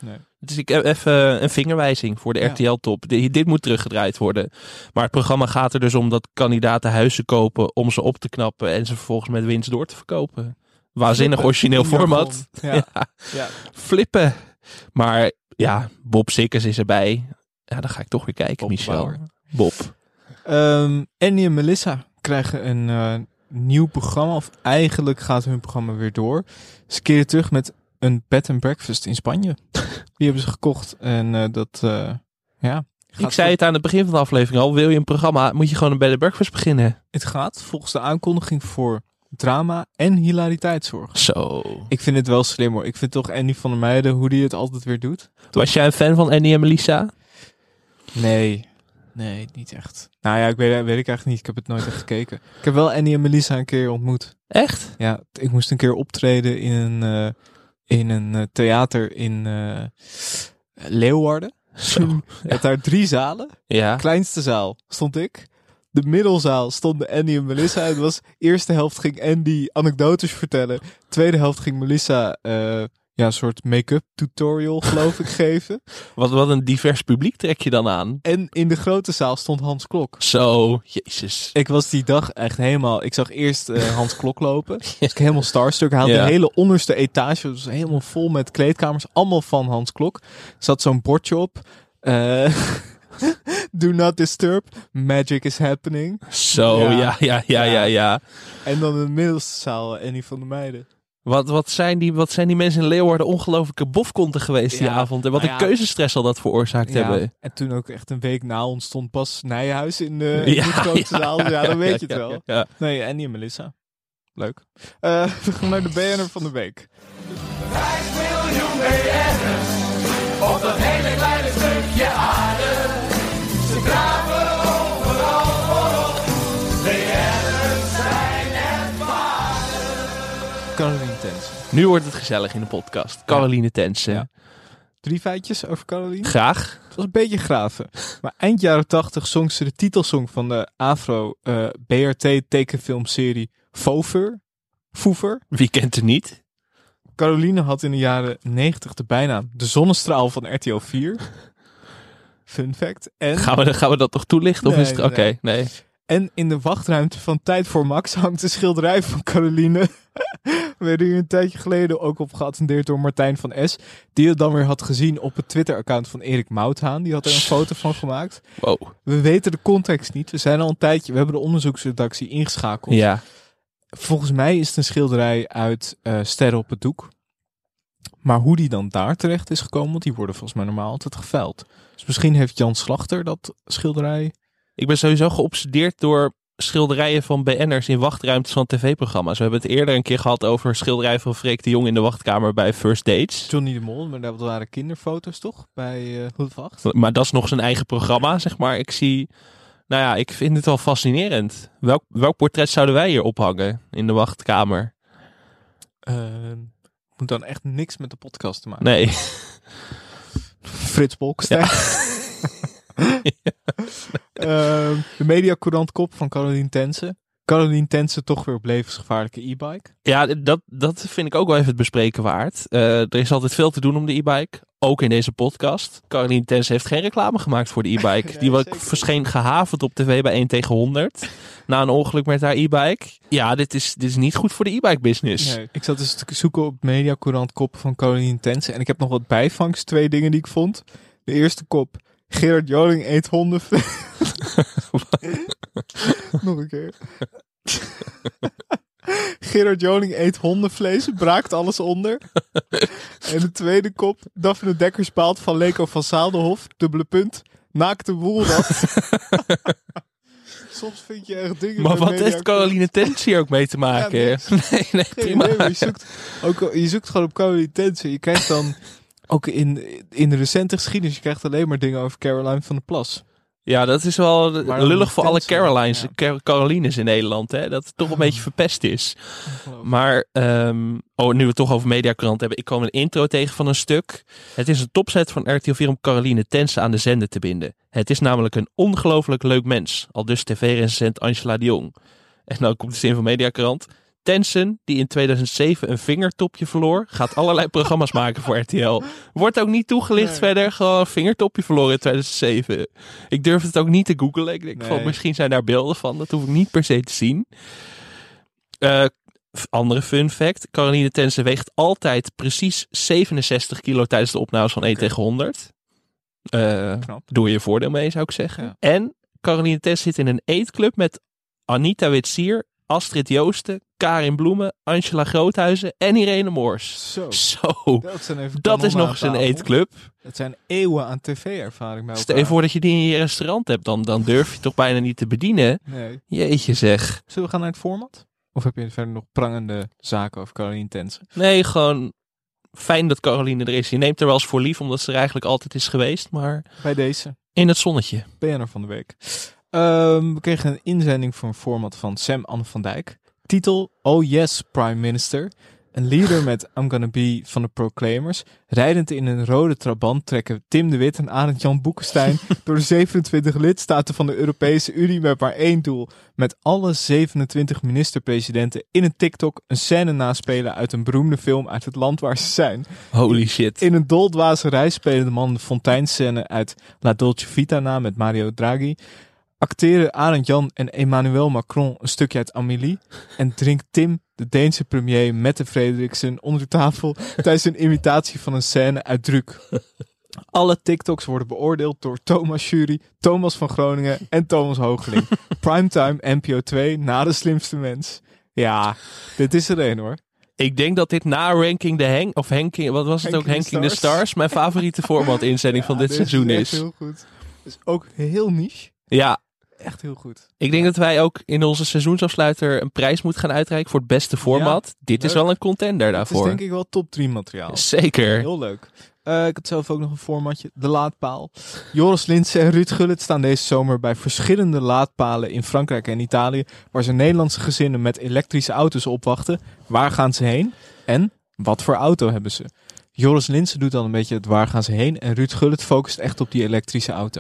Dus ik heb even een vingerwijzing voor de RTL-top. Dit moet teruggedraaid worden. Maar het programma gaat er dus om dat kandidaten huizen kopen om ze op te knappen en ze vervolgens met winst door te verkopen. Waanzinnig origineel format. Ja. Flippen. Maar ja, Bob Sikkers is erbij. Ja, dan ga ik toch weer kijken, Bob Michel. Bauer. Bob. Annie en Melissa krijgen een nieuw programma. Of eigenlijk gaat hun programma weer door. Ze keren terug met een bed and breakfast in Spanje. Die hebben ze gekocht. En ik zei het aan het begin van de aflevering al. Wil je een programma, moet je gewoon een bed and breakfast beginnen. Het gaat volgens de aankondiging voor drama en hilariteit zorgen. Zo. Ik vind het wel slim hoor. Ik vind toch Annie van der Meijden, hoe die het altijd weer doet. Was jij een fan van Annie en Melissa? Nee, niet echt. Nou ja, weet ik eigenlijk niet. Ik heb het nooit echt gekeken. Ik heb wel Annie en Melissa een keer ontmoet. Echt? Ja, ik moest een keer optreden in een theater in Leeuwarden. Je had daar 3 zalen. Ja. Kleinste zaal stond ik. De middelzaal stonden Annie en Melissa. Het was eerste helft ging Andy anekdotes vertellen. Tweede helft ging Melissa een soort make-up tutorial geloof ik geven. Wat een divers publiek trek je dan aan. En in de grote zaal stond Hans Klok. Zo, jezus. Ik was die dag echt helemaal... Ik zag eerst Hans Klok lopen. Dus ik helemaal starstruck. Hij had de hele onderste etage. Dus helemaal vol met kleedkamers. Allemaal van Hans Klok. Er zat zo'n bordje op. Do not disturb. Magic is happening. Zo, ja. En dan in de middelste zaal Annie van der Meijden. Wat zijn die mensen in Leeuwarden ongelofelijke bofkonten geweest die avond. En wat een keuzestress al dat veroorzaakt hebben. En toen ook echt een week na ons stond Bas Nijhuis in de grote zaal. Ja, dan weet je het wel. Ja. Nee, Annie en Melissa. Leuk. We gaan naar de BN'er van de week. 5 miljoen BN'ers op dat hele kleine stukje aarde. Ze graven overal voorop. BN'ers zijn het waarde. Caroline Tense. Nu wordt het gezellig in de podcast. Caroline Tense. Ja. 3 feitjes over Caroline? Graag. Het was een beetje graven. Maar eind jaren 80 zong ze de titelsong van de Afro BRT tekenfilmserie Foever. Wie kent het niet? Caroline had in de jaren 90 de bijnaam de zonnestraal van RTL 4. Fun fact. En gaan we dat toch toelichten? Of is het oké? Nee. En in de wachtruimte van Tijd voor Max hangt een schilderij van Caroline. We werden hier een tijdje geleden ook op geattendeerd door Martijn van S. Die het dan weer had gezien op het Twitter-account van Erik Mouthaan. Die had er een foto van gemaakt. Wow. We weten de context niet. We zijn al een tijdje... We hebben de onderzoeksredactie ingeschakeld. Ja. Volgens mij is het een schilderij uit Sterren op het doek. Maar hoe die dan daar terecht is gekomen... want die worden volgens mij normaal altijd geveild. Dus misschien heeft Jan Slachter dat schilderij... Ik ben sowieso geobsedeerd door schilderijen van BN'ers in wachtruimtes van tv-programma's. We hebben het eerder een keer gehad over schilderijen van Freek de Jong in de wachtkamer bij First Dates. Johnny de Mol, maar dat waren kinderfoto's toch? Bij Goed Wacht. Maar dat is nog zijn eigen programma, zeg maar. Ik vind het wel fascinerend. Welk portret zouden wij hier ophangen in de wachtkamer? Moet dan echt niks met de podcast te maken. Nee. Frits Bolkestein. De Mediacourant kop van Caroline Tense. Caroline Tense toch weer op levensgevaarlijke e-bike. Ja, dat vind ik ook wel even het bespreken waard. Er is altijd veel te doen om de e-bike. Ook in deze podcast. Caroline Tense heeft geen reclame gemaakt voor de e-bike. Nee, die verscheen gehavend op tv bij 1 tegen 100. Na een ongeluk met haar e-bike. Ja, dit is niet goed voor de e-bike business. Nee, ik zat dus te zoeken op Mediacourant kop van Caroline Tense. En ik heb nog wat bijvangst. 2 dingen die ik vond. De eerste kop. Gerard Joling eet honden. Nog een keer. Gerard Joling eet hondenvlees, braakt alles onder. En de tweede kop. Daphne Dekkers baalt van Leko van Zaaldenhof. Dubbele punt. Naakte woelrat. Soms vind je echt dingen... Maar wat heeft Caroline Tense hier ook mee te maken? Ja, nee, prima. Nee, je zoekt gewoon op Caroline Tense. Je krijgt dan... Ook in de recente geschiedenis, je krijgt alleen maar dingen over Caroline van der Plas. Ja, dat is wel lullig voor alle Carolines in Nederland. Hè? Dat het toch een beetje verpest is. Maar, nu we het toch over Mediacourant hebben. Ik kwam een intro tegen van een stuk. Het is een topzet van RTL 4 om Caroline Tense aan de zender te binden. Het is namelijk een ongelooflijk leuk mens. Aldus tv-recensent Angela de Jong. En dan komt de zin van Mediacourant. Tensen, die in 2007 een vingertopje verloor, gaat allerlei programma's maken voor RTL. Wordt ook niet toegelicht verder, gewoon een vingertopje verloren in 2007. Ik durf het ook niet te googlen. Ik denk van, misschien zijn daar beelden van, dat hoef ik niet per se te zien. Andere fun fact, Caroline Tensen weegt altijd precies 67 kilo tijdens de opnames van 1 tegen 100. Doe je voordeel mee, zou ik zeggen. Ja. En Caroline Tensen zit in een eetclub met Anita Witsier, Astrid Joosten, Karin Bloemen, Angela Groothuizen en Irene Moors. Zo. Dat is nog eens een eetclub. Het zijn eeuwen aan tv-ervaring bij elkaar. Stel je voor dat je die in je restaurant hebt, dan durf je toch bijna niet te bedienen. Nee. Jeetje zeg. Zullen we gaan naar het format? Of heb je verder nog prangende zaken over Caroline Tensen? Nee, gewoon fijn dat Caroline er is. Je neemt er wel eens voor lief, omdat ze er eigenlijk altijd is geweest. Maar bij deze. In het zonnetje. BN'er van de week. We kregen een inzending voor een format van Sam-Anne van Dijk. Titel: Oh Yes, Prime Minister. Een leader met I'm Gonna Be van de Proclaimers. Rijdend in een rode trabant trekken Tim de Wit en Arend-Jan Boekenstein door de 27 lidstaten van de Europese Unie met maar één doel. Met alle 27 minister-presidenten in een TikTok een scène naspelen uit een beroemde film uit het land waar ze zijn. Holy shit. In een doldwazerij spelen de man de fonteinscène uit La Dolce Vita na met Mario Draghi. Acteren Arend Jan en Emmanuel Macron een stukje uit Amélie. En drinkt Tim, de Deense premier Mette Frederiksen, onder de tafel tijdens een imitatie van een scène uit Druk. Alle TikToks worden beoordeeld door Thomas Jury, Thomas van Groningen en Thomas Hoogeling. Primetime NPO 2 na de slimste mens. Ja, dit is er een hoor. Ik denk dat dit na Ranking the Hanking the Stars mijn favoriete format-inzending van dit seizoen is. Heel goed. Is ook heel niche. Ja. Echt heel goed. Ik denk dat wij ook in onze seizoensafsluiter een prijs moeten gaan uitreiken voor het beste format. Ja, dit is wel een contender daarvoor. Het is denk ik wel top 3 materiaal. Zeker. Heel leuk. Ik had zelf ook nog een formatje. De laadpaal. Joris Linssen en Ruud Gullit staan deze zomer bij verschillende laadpalen in Frankrijk en Italië, waar ze Nederlandse gezinnen met elektrische auto's opwachten. Waar gaan ze heen? En wat voor auto hebben ze? Joris Linssen doet dan een beetje het waar gaan ze heen en Ruud Gullit focust echt op die elektrische auto.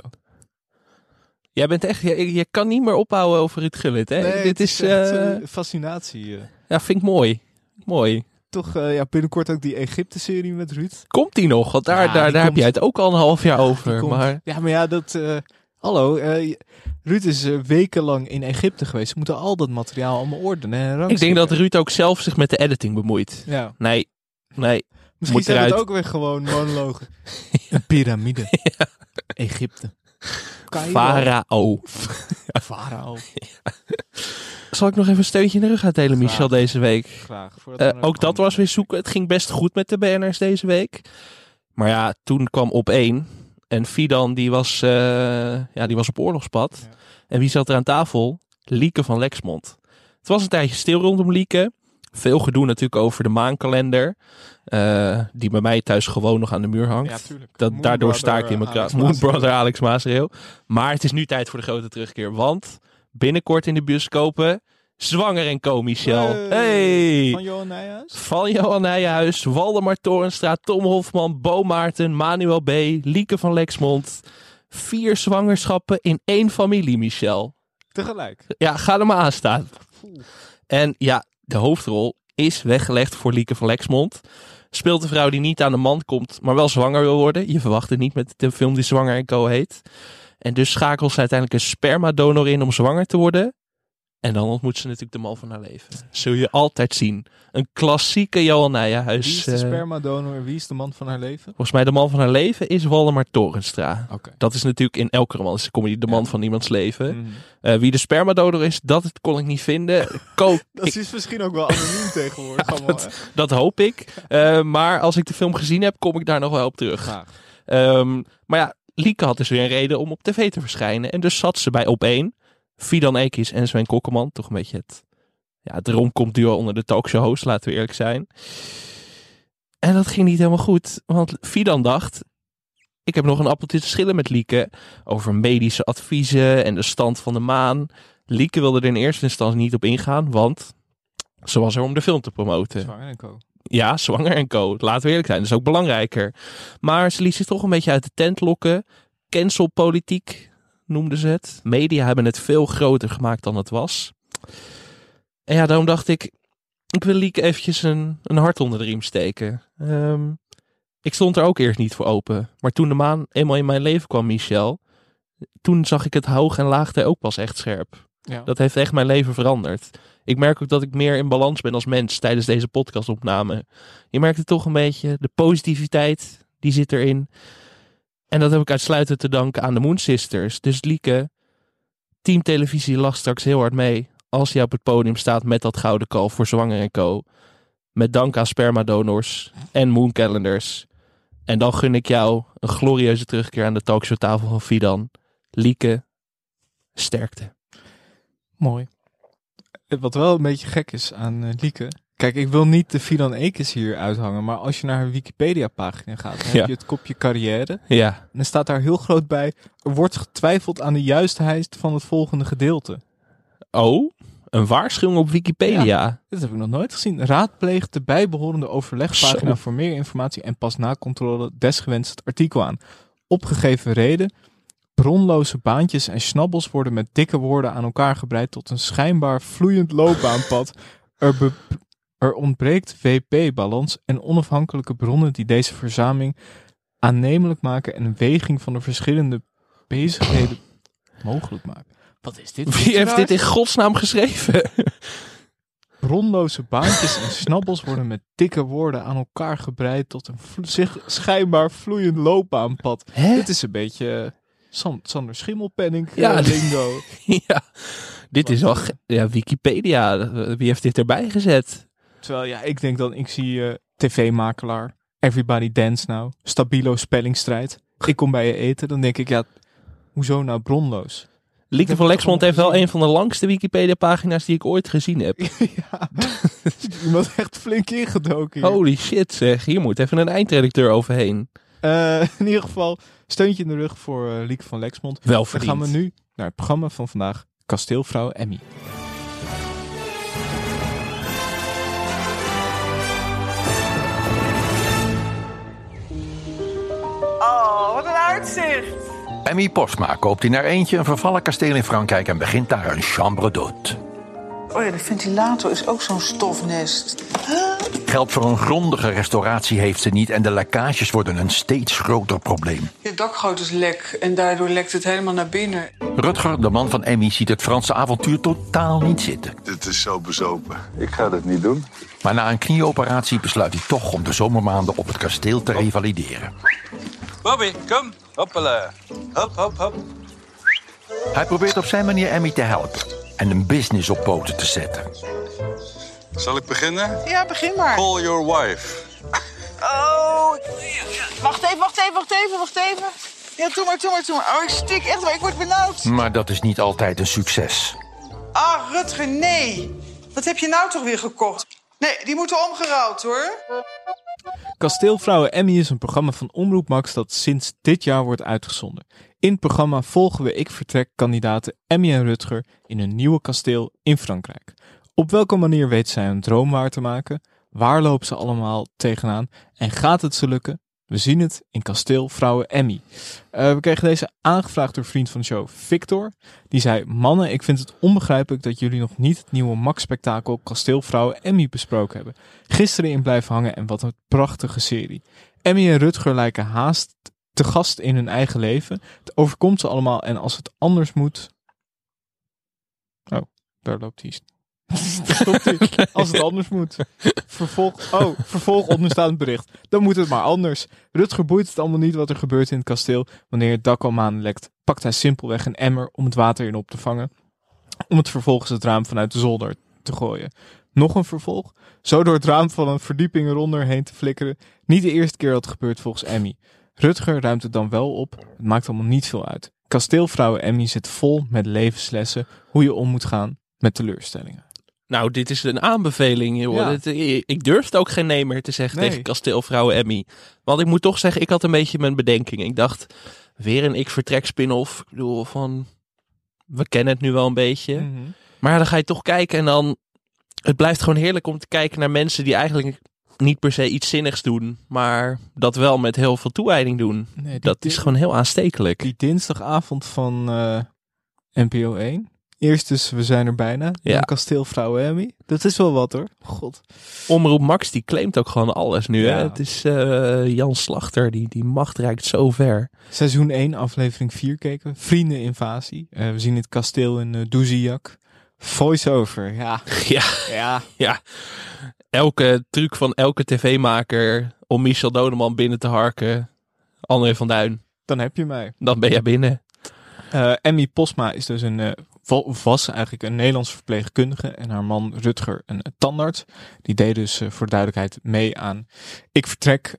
Jij bent echt, je kan niet meer ophouden over Ruud Gullit, hè? Nee, dit is echt fascinatie. Ja, vind ik mooi. Mooi. Toch binnenkort ook die Egypte-serie met Ruud. Komt die nog? Want daar heb jij het ook al een half jaar over. Maar... Ja, maar ja, dat... hallo, Ruud is wekenlang in Egypte geweest. Ze moeten al dat materiaal allemaal ordenen en rangschikken. Ik denk dat Ruud ook zelf zich met de editing bemoeit. Ja. Nee. Misschien zijn het ook weer gewoon monologen. Een piramide. Ja. Egypte. Farao. Farao. Zal ik nog even een steuntje in de rug uitdelen, Michel, deze week? Graag. Ook dat was weer zoeken. Het ging best goed met de BN'ers deze week. Maar ja, toen kwam Op1. En Fidan, die was op oorlogspad. Ja. En wie zat er aan tafel? Lieke van Lexmond. Het was een tijdje stil rondom Lieke. Veel gedoe natuurlijk over de maankalender. Die bij mij thuis gewoon nog aan de muur hangt. Ja, tuurlijk. Daardoor sta ik in mijn kracht. Moon Brother Alex Maasreel. Maar het is nu tijd voor de grote terugkeer. Want binnenkort in de bioscopen Zwanger & Co, Michel. Hey. Van Johan Nijhuis? Van Johan Nijhuis, Waldemar Torenstraat, Tom Hofman, Bo Maarten, Manuel B., Lieke van Lexmond. 4 zwangerschappen in 1 familie, Michel. Tegelijk? Ja, ga er maar aan staan. En ja, de hoofdrol is weggelegd voor Lieke van Lexmond. Speelt een vrouw die niet aan de man komt, maar wel zwanger wil worden. Je verwacht het niet met de film die Zwanger & Co heet. En dus schakelt ze uiteindelijk een spermadonor in om zwanger te worden. En dan ontmoet ze natuurlijk de man van haar leven. Zul je altijd zien. Een klassieke Johan Nijhuis. Wie is de spermadonor? Wie is de man van haar leven? Volgens mij de man van haar leven is Waldemar Torenstra. Okay. Dat is natuurlijk in elke romantische comedy de man van iemands leven. Mm-hmm. Wie de spermadonor is, dat kon ik niet vinden. Dat is misschien ook wel anoniem tegenwoordig. Ja, dat hoop ik. Maar als ik de film gezien heb, kom ik daar nog wel op terug. Maar ja, Lieke had dus weer een reden om op tv te verschijnen. En dus zat ze bij Op1. Fidan Ekis en Sven Kokkelman. Toch een beetje het romcom duo onder de talkshow host, laten we eerlijk zijn. En dat ging niet helemaal goed. Want Fidan dacht, ik heb nog een appeltje te schillen met Lieke over medische adviezen en de stand van de maan. Lieke wilde er in eerste instantie niet op ingaan, want ze was er om de film te promoten. Zwanger & Co. Ja, Zwanger & Co. Laten we eerlijk zijn, dat is ook belangrijker. Maar ze liet zich toch een beetje uit de tent lokken. Cancelpolitiek noemden ze het. Media hebben het veel groter gemaakt dan het was. En ja, daarom dacht ik, Ik wil Lieke eventjes een hart onder de riem steken. Ik stond er ook eerst niet voor open. Maar toen de maan eenmaal in mijn leven kwam, Michel, toen zag ik het hoog en laagte ook pas echt scherp. Ja. Dat heeft echt mijn leven veranderd. Ik merk ook dat ik meer in balans ben als mens tijdens deze podcastopname. Je merkt het toch een beetje. De positiviteit, die zit erin. En dat heb ik uitsluitend te danken aan de Moon Sisters. Dus Lieke, Team Televisie lacht straks heel hard mee als je op het podium staat met dat gouden kalf voor Zwanger & Co. Met dank aan spermadonors en mooncalendars. En dan gun ik jou een glorieuze terugkeer aan de talkshowtafel van Fidan. Lieke, sterkte. Mooi. Wat wel een beetje gek is aan Lieke. Kijk, ik wil niet de Fidan Ekes hier uithangen, maar als je naar haar Wikipedia-pagina gaat, dan heb je het kopje carrière. Ja. En dan staat daar heel groot bij, er wordt getwijfeld aan de juistheid van het volgende gedeelte. Oh, een waarschuwing op Wikipedia? Ja, dat heb ik nog nooit gezien. Raadpleeg de bijbehorende overlegpagina voor meer informatie en pas na controle desgewenst het artikel aan. Opgegeven reden, bronloze baantjes en snabbels worden met dikke woorden aan elkaar gebreid tot een schijnbaar vloeiend loopbaanpad. Er ontbreekt WP-balans en onafhankelijke bronnen die deze verzaming aannemelijk maken en een weging van de verschillende bezigheden mogelijk maken. Wat is dit? Wie heeft dit in godsnaam geschreven? Bronloze baantjes en snabbels worden met dikke woorden aan elkaar gebreid tot een schijnbaar vloeiend loopbaanpad. Dit is een beetje Sander Schimmelpenninck lingo. Ja, dit is wel Wikipedia. Wie heeft dit erbij gezet? Terwijl ik denk dan, ik zie tv-makelaar, Everybody Dance Now, Stabilo spellingstrijd. Ik kom bij je eten, dan denk ik, hoezo nou bronloos? Lieke van Lexmond heeft wel een van de langste Wikipedia-pagina's die ik ooit gezien heb. Ja, iemand echt flink ingedoken hier. Holy shit zeg, hier moet even een eindredacteur overheen. In ieder geval, steuntje in de rug voor Lieke van Lexmond. Wel verdiend. Dan gaan we nu naar het programma van vandaag, Kasteelvrouw Emmy. Oh, wat een uitzicht! Emmy Postma koopt in haar eentje een vervallen kasteel in Frankrijk en begint daar een chambre d'hôte. Oh ja, de ventilator is ook zo'n stofnest. Geld voor een grondige restauratie heeft ze niet en de lekkages worden een steeds groter probleem. Je dakgoot is lek en daardoor lekt het helemaal naar binnen. Rutger, de man van Emmy, ziet het Franse avontuur totaal niet zitten. Dit is zo bezopen. Ik ga dat niet doen. Maar na een knieoperatie besluit hij toch om de zomermaanden op het kasteel te revalideren. Bobby, kom. Hoppala. Hop, hop, hop. Hij probeert op zijn manier Emmy te helpen en een business op poten te zetten. Zal ik beginnen? Ja, begin maar. Call your wife. Oh, wacht even. Ja, doe maar. Oh, ik stik echt, maar ik word benauwd. Maar dat is niet altijd een succes. Ah, Rutger, nee. Wat heb je nou toch weer gekocht? Nee, die moeten omgeruild, hoor. Kasteelvrouwen Emmy is een programma van Omroep Max dat sinds dit jaar wordt uitgezonden. In het programma volgen we ik-vertrek-kandidaten Emmy en Rutger in een nieuwe kasteel in Frankrijk. Op welke manier weet zij hun droom waar te maken? Waar lopen ze allemaal tegenaan? En gaat het ze lukken? We zien het in Kasteelvrouwen Emmy. We kregen deze aangevraagd door vriend van de show, Victor. Die zei, mannen, ik vind het onbegrijpelijk dat jullie nog niet het nieuwe Max-spektakel Kasteelvrouwen Emmy besproken hebben. Gisteren in blijven hangen en wat een prachtige serie. Emmy en Rutger lijken haast te gast in hun eigen leven. Het overkomt ze allemaal en als het anders moet... Oh, daar loopt hij. Als het anders moet. Vervolg onderstaand bericht. Dan moet het maar anders. Rutger boeit het allemaal niet wat er gebeurt in het kasteel. Wanneer het dak al maanden lekt, pakt hij simpelweg een emmer om het water in op te vangen. Om het vervolgens het raam vanuit de zolder te gooien. Nog een vervolg. Zo door het raam van een verdieping eronder heen te flikkeren. Niet de eerste keer dat het gebeurt volgens Emmy. Rutger ruimt het dan wel op. Het maakt allemaal niet veel uit. Kasteelvrouwen Emmy zit vol met levenslessen. Hoe je om moet gaan met teleurstellingen. Nou, dit is een aanbeveling, joh. Ja. Ik durfde ook geen nee meer te zeggen tegen Kasteelvrouwen Emmy. Want ik moet toch zeggen, ik had een beetje mijn bedenking. Ik dacht, weer een ik-vertrek spin-off. Ik bedoel, we kennen het nu wel een beetje. Mm-hmm. Maar dan ga je toch kijken en dan... Het blijft gewoon heerlijk om te kijken naar mensen die eigenlijk niet per se iets zinnigs doen. Maar dat wel met heel veel toewijding doen. Nee, dat is gewoon heel aanstekelijk. Die dinsdagavond van NPO 1... Eerst dus, we zijn er bijna. Ja. Kasteelvrouw Emmy. Dat is wel wat hoor. God. Omroep Max die claimt ook gewoon alles nu. Ja. Hè? Het is Jan Slachter, die macht reikt zo ver. Seizoen 1, aflevering 4 keken we. Vriendeninvasie. We zien het kasteel in Doeziak. Voice-over, ja. Ja. Elke truc van elke tv-maker om Michel Dodeman binnen te harken. André van Duin. Dan heb je mij. Dan ben jij binnen. Emmy Posma is dus was eigenlijk een Nederlandse verpleegkundige en haar man Rutger een tandarts. Die deed dus voor duidelijkheid mee aan Ik Vertrek.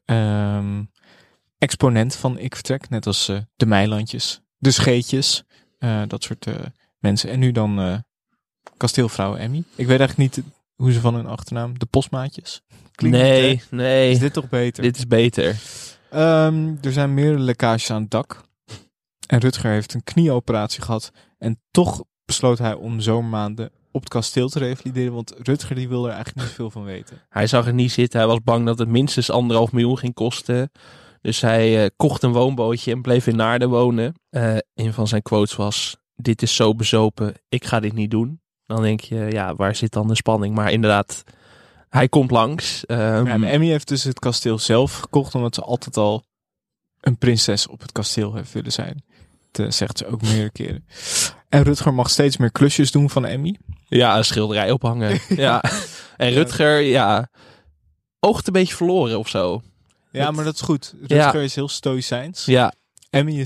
Exponent van Ik Vertrek, net als de Meilandjes, de Scheetjes, dat soort mensen. En nu dan kasteelvrouw Emmy. Ik weet eigenlijk niet hoe ze van hun achternaam, de Posmaatjes. Klinkt Nee. Is dit toch beter? Dit is beter. Er zijn meerdere lekkages aan het dak. En Rutger heeft een knieoperatie gehad. En toch besloot hij om zomermaanden op het kasteel te revalideren. Want Rutger die wil er eigenlijk niet veel van weten. Hij zag het niet zitten. Hij was bang dat het minstens 1,5 miljoen ging kosten. Dus hij kocht een woonbootje en bleef in Naarden wonen. Een van zijn quotes was: dit is zo bezopen, ik ga dit niet doen. Dan denk je, ja, waar zit dan de spanning? Maar inderdaad, hij komt langs. En Emmy heeft dus het kasteel zelf gekocht, omdat ze altijd al een prinses op het kasteel heeft willen zijn. Dat zegt ze ook meerdere keren. En Rutger mag steeds meer klusjes doen van Emmy. Ja, een schilderij ophangen. Ja. En Rutger, oogt een beetje verloren of zo. Ja, maar dat is goed. Rutger is heel stoïcijns. Ja. Emmy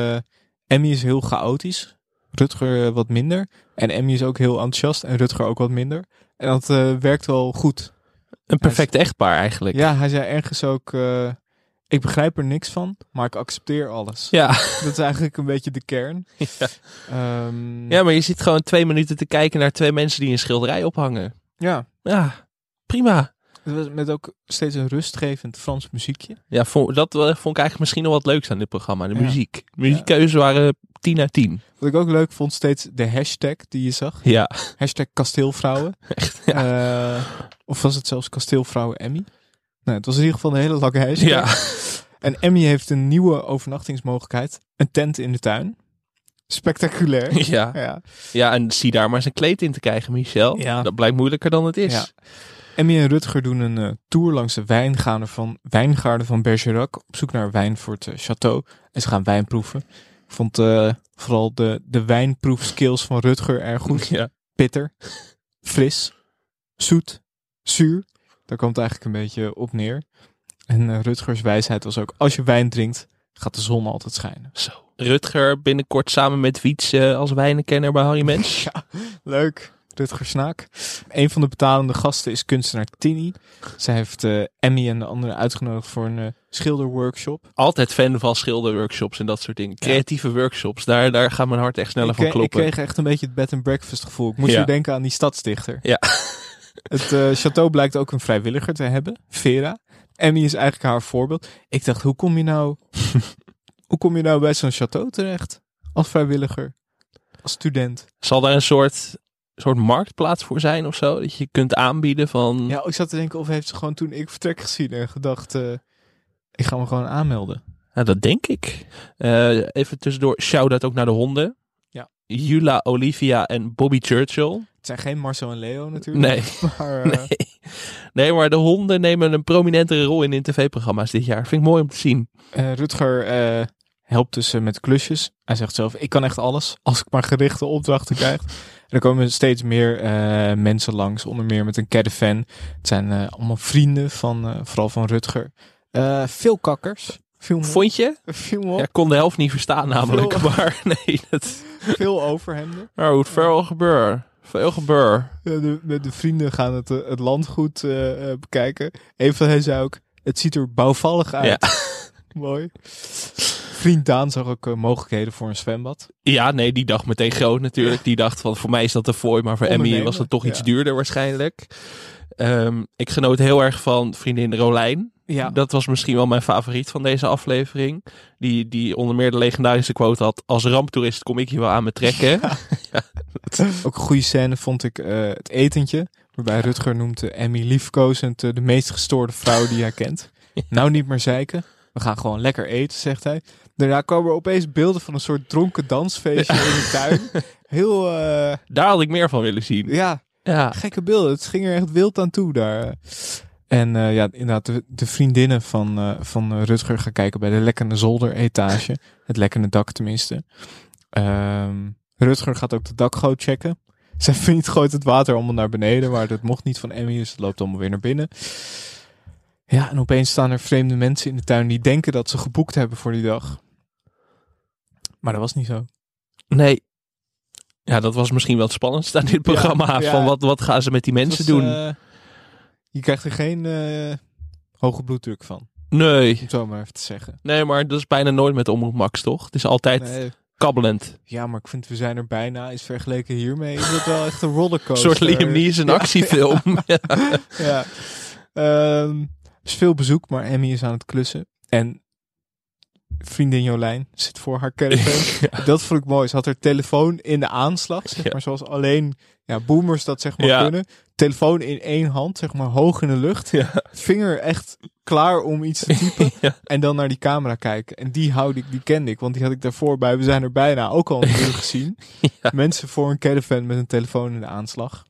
is heel chaotisch. Rutger wat minder. En Emmy is ook heel enthousiast. En Rutger ook wat minder. En dat werkt wel goed. Een perfect echtpaar eigenlijk. Ja, hij zei ergens ook: ik begrijp er niks van, maar ik accepteer alles. Ja. Dat is eigenlijk een beetje de kern. Ja. Ja, maar je zit gewoon 2 minuten te kijken naar 2 mensen die een schilderij ophangen. Ja. Ja, prima. Met ook steeds een rustgevend Frans muziekje. Ja, dat vond ik eigenlijk misschien nog wat leuks aan dit programma. De muziek. De muziekkeuzes waren 10 uit 10. Wat ik ook leuk vond, steeds de hashtag die je zag. Ja. Hashtag kasteelvrouwen. Echt, ja. Of was het zelfs kasteelvrouwen Emmy? Nou, het was in ieder geval een hele lange hashtag. Ja. En Emmy heeft een nieuwe overnachtingsmogelijkheid. Een tent in de tuin. Spectaculair. Ja, en zie daar maar zijn kleed in te krijgen, Michel. Ja. Dat blijkt moeilijker dan het is. Ja. Emmy en Rutger doen een tour langs de wijngaarden van Bergerac. Op zoek naar wijn voor het château. En ze gaan wijn proeven. Ik vond vooral de wijnproefskills van Rutger erg goed. Ja. Bitter, fris, zoet, zuur. Daar komt het eigenlijk een beetje op neer. En Rutgers wijsheid was ook: als je wijn drinkt, gaat de zon altijd schijnen. Zo. Rutger binnenkort samen met Wiets als wijnenkenner bij Harry Mens. Ja, leuk. Rutger Snaak. Een van de betalende gasten is kunstenaar Tini. Zij heeft Emmy en de anderen uitgenodigd voor een schilderworkshop. Altijd fan van schilderworkshops en dat soort dingen. Creatieve workshops, daar gaat mijn hart echt sneller van kloppen. Ik kreeg echt een beetje het bed and breakfast gevoel. Ik moest weer denken aan die stadsdichter. Ja. Het château blijkt ook een vrijwilliger te hebben, Vera. Emmy is eigenlijk haar voorbeeld. Ik dacht, hoe kom je nou bij zo'n château terecht? Als vrijwilliger, als student. Zal daar een soort marktplaats voor zijn of zo? Dat je kunt aanbieden van... Ja, ik zat te denken, of heeft ze gewoon toen Ik Vertrek gezien en gedacht, ik ga me gewoon aanmelden. Ja, dat denk ik. Even tussendoor, shout-out ook naar de honden. Ja. Jula, Olivia en Bobby Churchill. Het zijn geen Marcel en Leo natuurlijk. Nee. Maar, nee, maar de honden nemen een prominentere rol in tv-programma's dit jaar. Vind ik mooi om te zien. Rutger helpt dus met klusjes. Hij zegt zelf, ik kan echt alles als ik maar gerichte opdrachten krijg. En er komen steeds meer mensen langs, onder meer met een caravan. Het zijn allemaal vrienden vooral van Rutger. Veel kakkers. Vond je? Ja, ik kon de helft niet verstaan namelijk. Maar nee, veel overhemden. Maar hoe het veel gebeurt. Veel gebeur. Ja, de vrienden gaan het landgoed bekijken. Een van hen zei ook, het ziet er bouwvallig uit. Ja. Mooi. Vriend Daan zag ook mogelijkheden voor een zwembad. Ja, nee, die dacht meteen groot natuurlijk. Die dacht van, voor mij is dat een fooi, maar voor Emmy was het toch iets duurder waarschijnlijk. Ik genoot heel erg van vriendin Rolijn. Ja. Dat was misschien wel mijn favoriet van deze aflevering. Die onder meer de legendarische quote had: als ramptoerist kom ik hier wel aan me trekken. Ja. Ook een goede scène vond ik het etentje. Waarbij Rutger noemt Emmy liefkozend de meest gestoorde vrouw die hij kent. Nou niet meer zeiken. We gaan gewoon lekker eten, zegt hij. Daarna kwamen er opeens beelden van een soort dronken dansfeestje in de tuin. Heel... Daar had ik meer van willen zien. Ja, gekke beelden. Het ging er echt wild aan toe daar. En inderdaad, de vriendinnen van Rutger gaan kijken bij de lekkende zolderetage. Het lekkende dak tenminste. Rutger gaat ook de dakgoot checken. Zijn vriend gooit het water allemaal naar beneden, maar dat mocht niet van Emmy, dus het loopt allemaal weer naar binnen. Ja, en opeens staan er vreemde mensen in de tuin die denken dat ze geboekt hebben voor die dag. Maar dat was niet zo. Nee. Ja, dat was misschien wel het spannendste aan dit programma. Ja. Van wat gaan ze met die mensen doen? Je krijgt er geen hoge bloeddruk van. Nee. Om het zo maar even te zeggen. Nee, maar dat is bijna nooit met Omroep Max, toch? Het is altijd kabbelend. Ja, maar ik vind We zijn er bijna. Is vergeleken hiermee is het wel echt een rollercoaster. Een soort Liam Neeson actiefilm. Ja. Er is veel bezoek, maar Emmy is aan het klussen. En vriendin Jolijn zit voor haar caravan. Dat vond ik mooi. Ze had haar telefoon in de aanslag, zeg maar, zoals alleen boomers dat zeg maar kunnen. Telefoon in één hand, zeg maar, hoog in de lucht. Ja. Vinger echt klaar om iets te typen. En dan naar die camera kijken. En die kende ik, want die had ik daarvoor bij We zijn er bijna ook al een keer gezien. Mensen voor een caravan met een telefoon in de aanslag.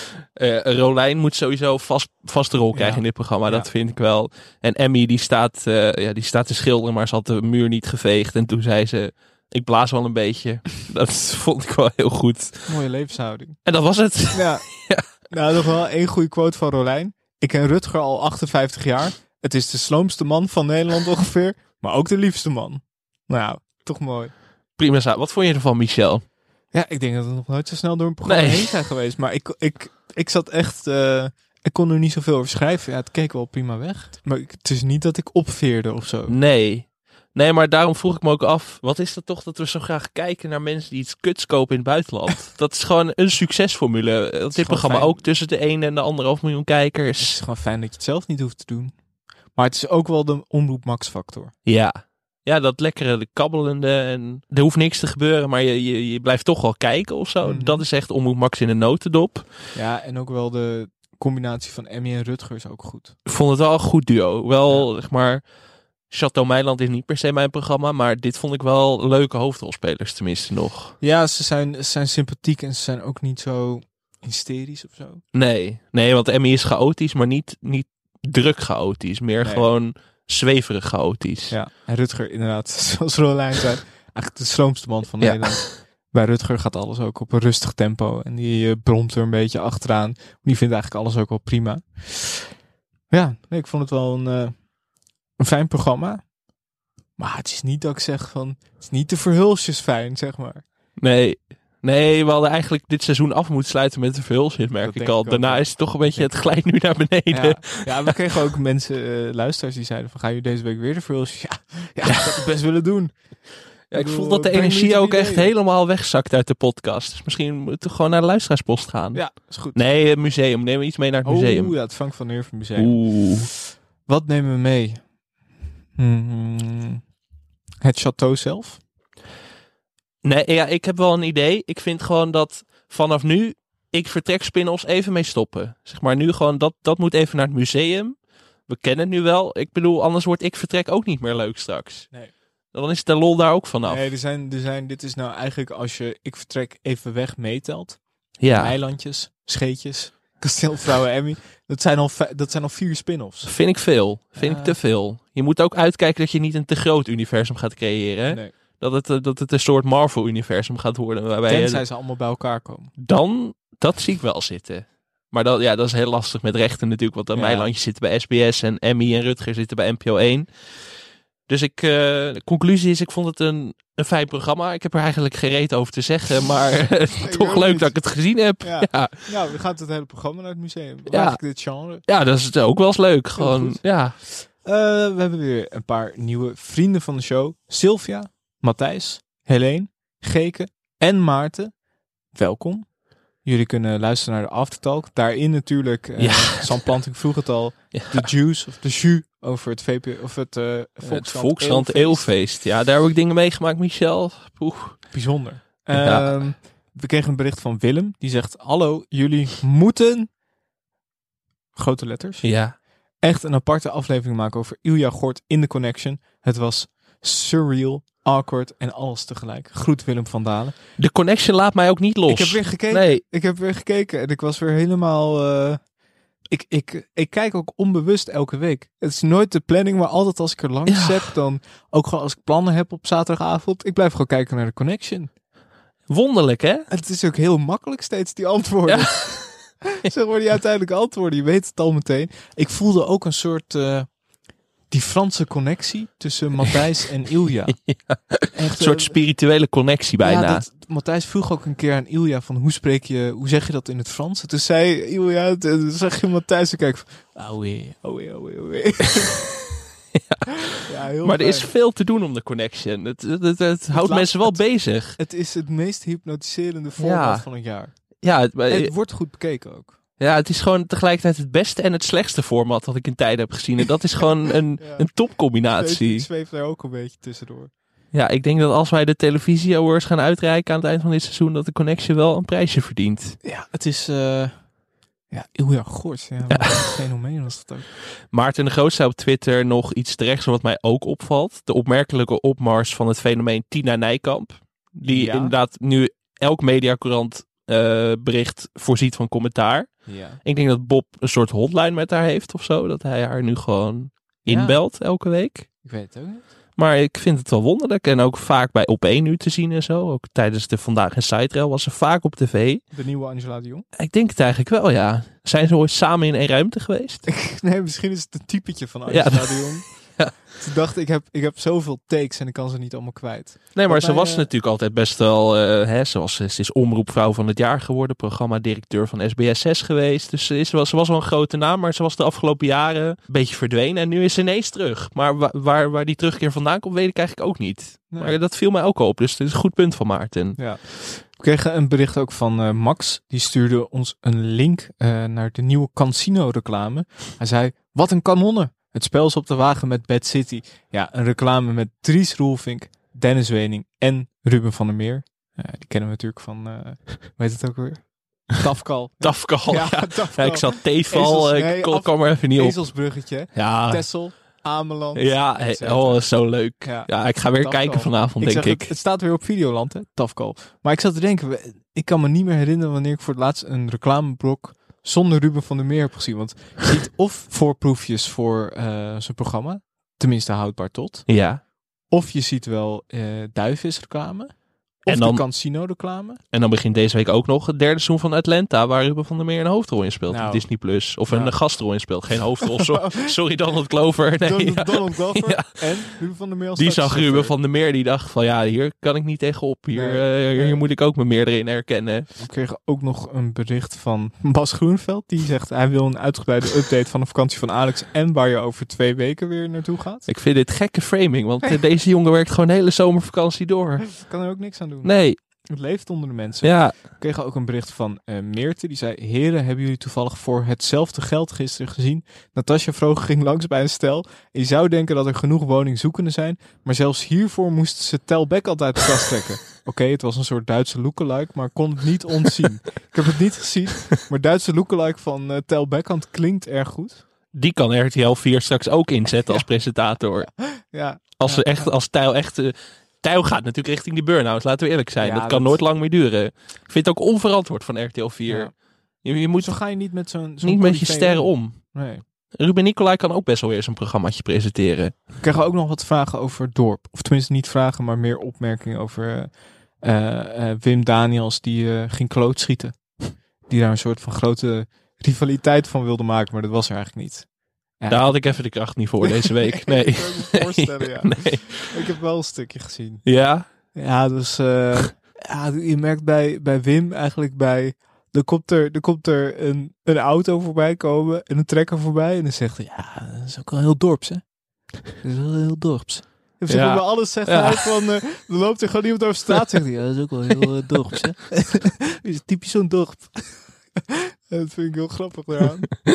Rolijn moet sowieso vaste rol krijgen in dit programma. Dat vind ik wel. En Emmy die staat te schilderen, maar ze had de muur niet geveegd. En toen zei ze, ik blaas wel een beetje. Dat vond ik wel heel goed. Mooie levenshouding. En dat was het. Ja. Nou, nog wel één goede quote van Rolijn. Ik ken Rutger al 58 jaar. Het is de sloomste man van Nederland ongeveer. Maar ook de liefste man. Nou, toch mooi. Prima. Wat vond je ervan, Michel? Ja, ik denk dat het nog nooit zo snel door een programma heen zijn geweest. Maar ik zat echt... ik kon er niet zoveel over schrijven. Ja, het keek wel prima weg. Maar het is niet dat ik opveerde of zo. Nee, maar daarom vroeg ik me ook af... Wat is dat toch dat we zo graag kijken naar mensen die iets kuts kopen in het buitenland? Dat is gewoon een succesformule. Dit programma fijn. Ook tussen de 1 en de 1,5 miljoen kijkers. Het is gewoon fijn dat je het zelf niet hoeft te doen. Maar het is ook wel de Omroep Max factor. Ja, dat lekkere, de kabbelende. En er hoeft niks te gebeuren, maar je blijft toch wel kijken of zo. Mm-hmm. Dat is echt Omroep Max in een notendop. Ja, en ook wel de combinatie van Emmy en Rutger is ook goed. Ik vond het wel een goed duo. Wel, zeg maar... Château Meiland is niet per se mijn programma, maar dit vond ik wel leuke hoofdrolspelers tenminste nog. Ja, ze zijn sympathiek en ze zijn ook niet zo hysterisch of zo. Nee, want Emmy is chaotisch, maar niet druk chaotisch. Meer gewoon zweverig chaotisch. Ja, en Rutger inderdaad, zoals Rolijn zei, eigenlijk de sloomste man van Nederland. Bij Rutger gaat alles ook op een rustig tempo en die bromt er een beetje achteraan. Die vindt eigenlijk alles ook wel prima. Ja, ik vond het wel een fijn programma. Maar het is niet dat ik zeg van... Het is niet de verhulsjes fijn, zeg maar. Nee, we hadden eigenlijk dit seizoen af moeten sluiten met de verhulsjes, merk ik al. Daarna is het toch een beetje het glijdt nu naar beneden. Ja, we kregen ook mensen, luisteraars die zeiden van... Gaan jullie deze week weer de verhulsjes? Ja, dat zou ik best willen doen. Ja, ik voel dat de energie ook echt helemaal wegzakt uit de podcast. Dus misschien moeten we gewoon naar de luisteraarspost gaan. Ja, is goed. Nee, het museum. Nemen we iets mee naar het museum. Ja, het Frank van Neerven museum. Wat nemen we mee? Het château zelf? Nee, ik heb wel een idee. Ik vind gewoon dat vanaf nu ik vertrek spin-offs even mee stoppen. Zeg maar nu gewoon, dat moet even naar het museum. We kennen het nu wel. Ik bedoel, anders wordt ik vertrek ook niet meer leuk straks. Nee. Dan is de lol daar ook vanaf. Nee, dit is nou eigenlijk als je ik vertrek even weg meetelt. Ja. Eilandjes, scheetjes, kasteelvrouwen Emmy. Dat zijn al 4 spin-offs. Vind ik veel. Vind ik te veel. Je moet ook uitkijken dat je niet een te groot universum gaat creëren. Nee. Dat het een soort Marvel-universum gaat worden. Tenzij ze allemaal bij elkaar komen. Dan, dat zie ik wel zitten. Maar dat is heel lastig met rechten natuurlijk. Want mijn landjes zitten bij SBS en Emmy en Rutger zitten bij NPO 1. Dus de conclusie is, ik vond het een fijn programma. Ik heb er eigenlijk geen reet over te zeggen, maar toch leuk dat ik het gezien heb. Ja, we gaan het hele programma naar het museum. Eigenlijk dit genre. Ja, dat is ook wel eens leuk. Gewoon, ja. We hebben weer een paar nieuwe vrienden van de show. Sylvia, Matthijs, Helene, Geke en Maarten. Welkom. Jullie kunnen luisteren naar de Aftertalk. Daarin natuurlijk, Sam Planting vroeg het al, de juice of de jus over het VP of het Volkskrant Eeuwfeest. Ja, daar heb ik dingen meegemaakt, Michel. Bijzonder. We kregen een bericht van Willem. Die zegt, hallo, jullie moeten, grote letters, echt een aparte aflevering maken over Ilja Gort in The Connection. Het was surreal. awkward en alles tegelijk. Groet Willem van Dalen. De connection laat mij ook niet los. Ik heb weer gekeken. En ik was weer helemaal... Ik kijk ook onbewust elke week. Het is nooit de planning, maar altijd als ik er langs heb, dan ook gewoon als ik plannen heb op zaterdagavond, ik blijf gewoon kijken naar de connection. Wonderlijk, hè? Het is ook heel makkelijk steeds, die antwoorden. Ja. Zeg maar die uiteindelijke antwoorden, je weet het al meteen. Ik voelde ook een soort... die Franse connectie tussen Matthijs en Ilja. Ja, echt, een soort spirituele connectie bijna. Ja, Matthijs vroeg ook een keer aan Ilja van hoe zeg je dat in het Frans? En toen zei Ilja, toen zag je Matthijs en kijk van, oei. Ja, maar er is veel te doen om de connection. Het houdt mensen wel bezig. Het is het meest hypnotiserende format van het jaar. Ja, het wordt goed bekeken ook. Ja, het is gewoon tegelijkertijd het beste en het slechtste format dat ik in tijden heb gezien. En dat is gewoon een topcombinatie. Ik zweef daar ook een beetje tussendoor. Ja, ik denk dat als wij de televisie awards gaan uitreiken aan het eind van dit seizoen, dat de Connection wel een prijsje verdient. Ja, het is... Ilja Gort. Ja, wat een fenomeen was dat ook. Maarten de Groot zei op Twitter nog iets terechts wat mij ook opvalt. De opmerkelijke opmars van het fenomeen Tina Nijkamp. Die inderdaad nu elk mediacourant bericht voorziet van commentaar. Ja. Ik denk dat Bob een soort hotline met haar heeft of zo. Dat hij haar nu gewoon inbelt elke week. Ik weet het ook niet. Maar ik vind het wel wonderlijk. En ook vaak bij Op1 nu te zien en zo. Ook tijdens de Vandaag in Sidetrail was ze vaak op tv. De nieuwe Angela de Jong? Ik denk het eigenlijk wel, ja. Zijn ze ooit samen in één ruimte geweest? Nee, misschien is het een typetje van Angela de Jong. Ja. Toen dacht ik, ik heb zoveel takes en ik kan ze niet allemaal kwijt. Nee, maar ze was natuurlijk altijd best wel... ze is omroepvrouw van het jaar geworden. Programmadirecteur van SBS 6 geweest. Dus ze was wel een grote naam. Maar ze was de afgelopen jaren een beetje verdwenen. En nu is ze ineens terug. Maar waar die terugkeer vandaan komt, weet ik eigenlijk ook niet. Nee. Maar dat viel mij ook op. Dus het is een goed punt van Maarten. Ja. We kregen een bericht ook van Max. Die stuurde ons een link naar de nieuwe Cansino-reclame. Hij zei, wat een kanonnen. Het spel is op de wagen met Bad City. Ja, een reclame met Dries Roelvink, Dennis Wening en Ruben van der Meer. Die kennen we natuurlijk van, weet het ook weer? Tafkal. Tafkal, ja. Tafkal. Ja, ik zat Teval, ik kwam er even niet op. Ezelsbruggetje. Ja. Texel, Ameland. Ja, zo leuk. Ja, ik ga weer Tafkal. Kijken vanavond, denk ik. Het staat weer op Videoland, hè? Tafkal. Maar ik zat te denken, ik kan me niet meer herinneren wanneer ik voor het laatst een reclameblok zonder Ruben van der Meer heb gezien. Want je ziet of voorproefjes voor zijn programma. Tenminste houdbaar tot. Ja. Of je ziet wel Duivis reclame. Of de Cansino reclame. En dan begint deze week ook nog het derde seizoen van Atlanta. Waar Ruben van der Meer een hoofdrol in speelt. Nou, Disney Plus. Of een gastrol in speelt. Geen hoofdrol. Sorry Donald Glover. Nee, Donald Glover en Ruben van der Meer als die zag Ruben van der Meer. Die dacht van hier kan ik niet tegenop. Hier moet ik ook me meer erin herkennen. We kregen ook nog een bericht van Bas Groeneveld. Die zegt hij wil een uitgebreide update van de vakantie van Alex. En waar je over 2 weken weer naartoe gaat. Ik vind dit gekke framing. Want deze jongen werkt gewoon de hele zomervakantie door. Kan er ook niks aan doen. Nee. Het leeft onder de mensen. Ja. We kregen ook een bericht van Meerte. Die zei, heren, hebben jullie toevallig voor hetzelfde geld gisteren gezien? Natasja Vroger ging langs bij een stel. En je zou denken dat er genoeg woningzoekenden zijn. Maar zelfs hiervoor moesten ze Tel Bekkant uit de kast trekken. Oké, het was een soort Duitse lookalike, maar kon het niet ontzien. Ik heb het niet gezien, maar Duitse lookalike van Tel Bekkant klinkt erg goed. Die kan RTL 4 straks ook inzetten als presentator. Ja. Als Tijl echt... Tijl gaat natuurlijk richting die burn-out, laten we eerlijk zijn. Ja, dat kan nooit lang meer duren. Ik vind het ook onverantwoord van RTL 4. Ja. Je moet, zo ga je niet met zo'n niet met je sterren om. Nee. Ruben Nicolai kan ook best wel weer zijn programmaatje presenteren. We krijgen ook nog wat vragen over het dorp. Of tenminste niet vragen, maar meer opmerkingen over Wim Daniels die ging klootschieten. Die daar een soort van grote rivaliteit van wilde maken, maar dat was er eigenlijk niet. Ja. Daar had ik even de kracht niet voor deze week. Nee. Ik kan me voorstellen, ja. Nee. Ik heb wel een stukje gezien. Ja? Ja, dus je merkt bij Wim eigenlijk bij... Er komt er een auto voorbij komen en een trekker voorbij. En dan zegt hij, ja, dat is ook wel heel dorps, hè? Dat is wel heel dorps. En zeg maar bij alles zegt hij van... er loopt er gewoon iemand over straat zegt hij, ja, dat is ook wel heel dorps, hè? Dat is typisch zo'n dorp. Dat vind ik heel grappig daaraan.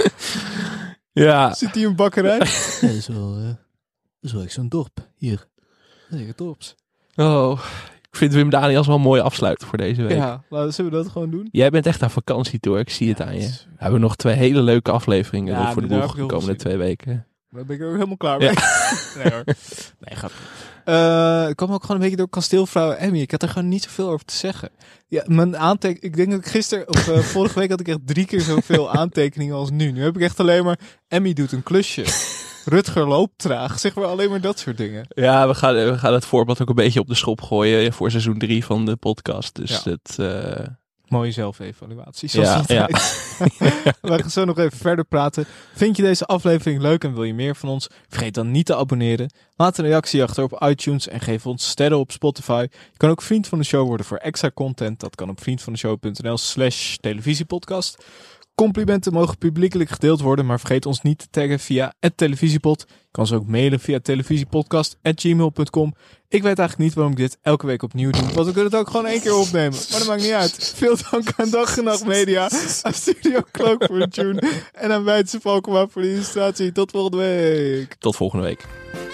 Ja. Zit hier een bakkerij? Ja, dat is wel echt zo'n dorp. Hier. Dat is echt dorps. Oh, ik vind Wim Daniels wel een mooie afsluiter voor deze week. Ja, zullen we dat gewoon doen? Jij bent echt aan vakantie toe, ik zie het aan je. We hebben nog 2 hele leuke afleveringen voor de boeg de komende 2 weken. Daar ben ik ook helemaal klaar mee. Nee hoor. Nee, grapje. Het kwam ook gewoon een beetje door kasteelvrouw Emmy. Ik had er gewoon niet zoveel over te zeggen. Ja, mijn ik denk dat ik gisteren of vorige week had ik echt 3 keer zoveel aantekeningen als nu. Nu heb ik echt alleen maar Emmy doet een klusje. Rutger loopt traag. Zeg maar alleen maar dat soort dingen. Ja, we gaan het voorbeeld ook een beetje op de schop gooien voor seizoen 3 van de podcast. Dus mooie zelfevaluatie. Zoals altijd. We gaan zo nog even verder praten. Vind je deze aflevering leuk en wil je meer van ons? Vergeet dan niet te abonneren. Laat een reactie achter op iTunes en geef ons sterren op Spotify. Je kan ook vriend van de show worden voor extra content. Dat kan op vriendvandeshow.nl/televisiepodcast. Complimenten mogen publiekelijk gedeeld worden, maar vergeet ons niet te taggen via @televisiepod. Je kan ze ook mailen via televisiepodcast@gmail.com. Ik weet eigenlijk niet waarom ik dit elke week opnieuw doe, want we kunnen het ook gewoon 1 keer opnemen. Maar dat maakt niet uit. Veel dank aan Dag en Nacht Media, aan Studio Cloak voor de tune en aan Weidse Valkema voor de illustratie. Tot volgende week. Tot volgende week.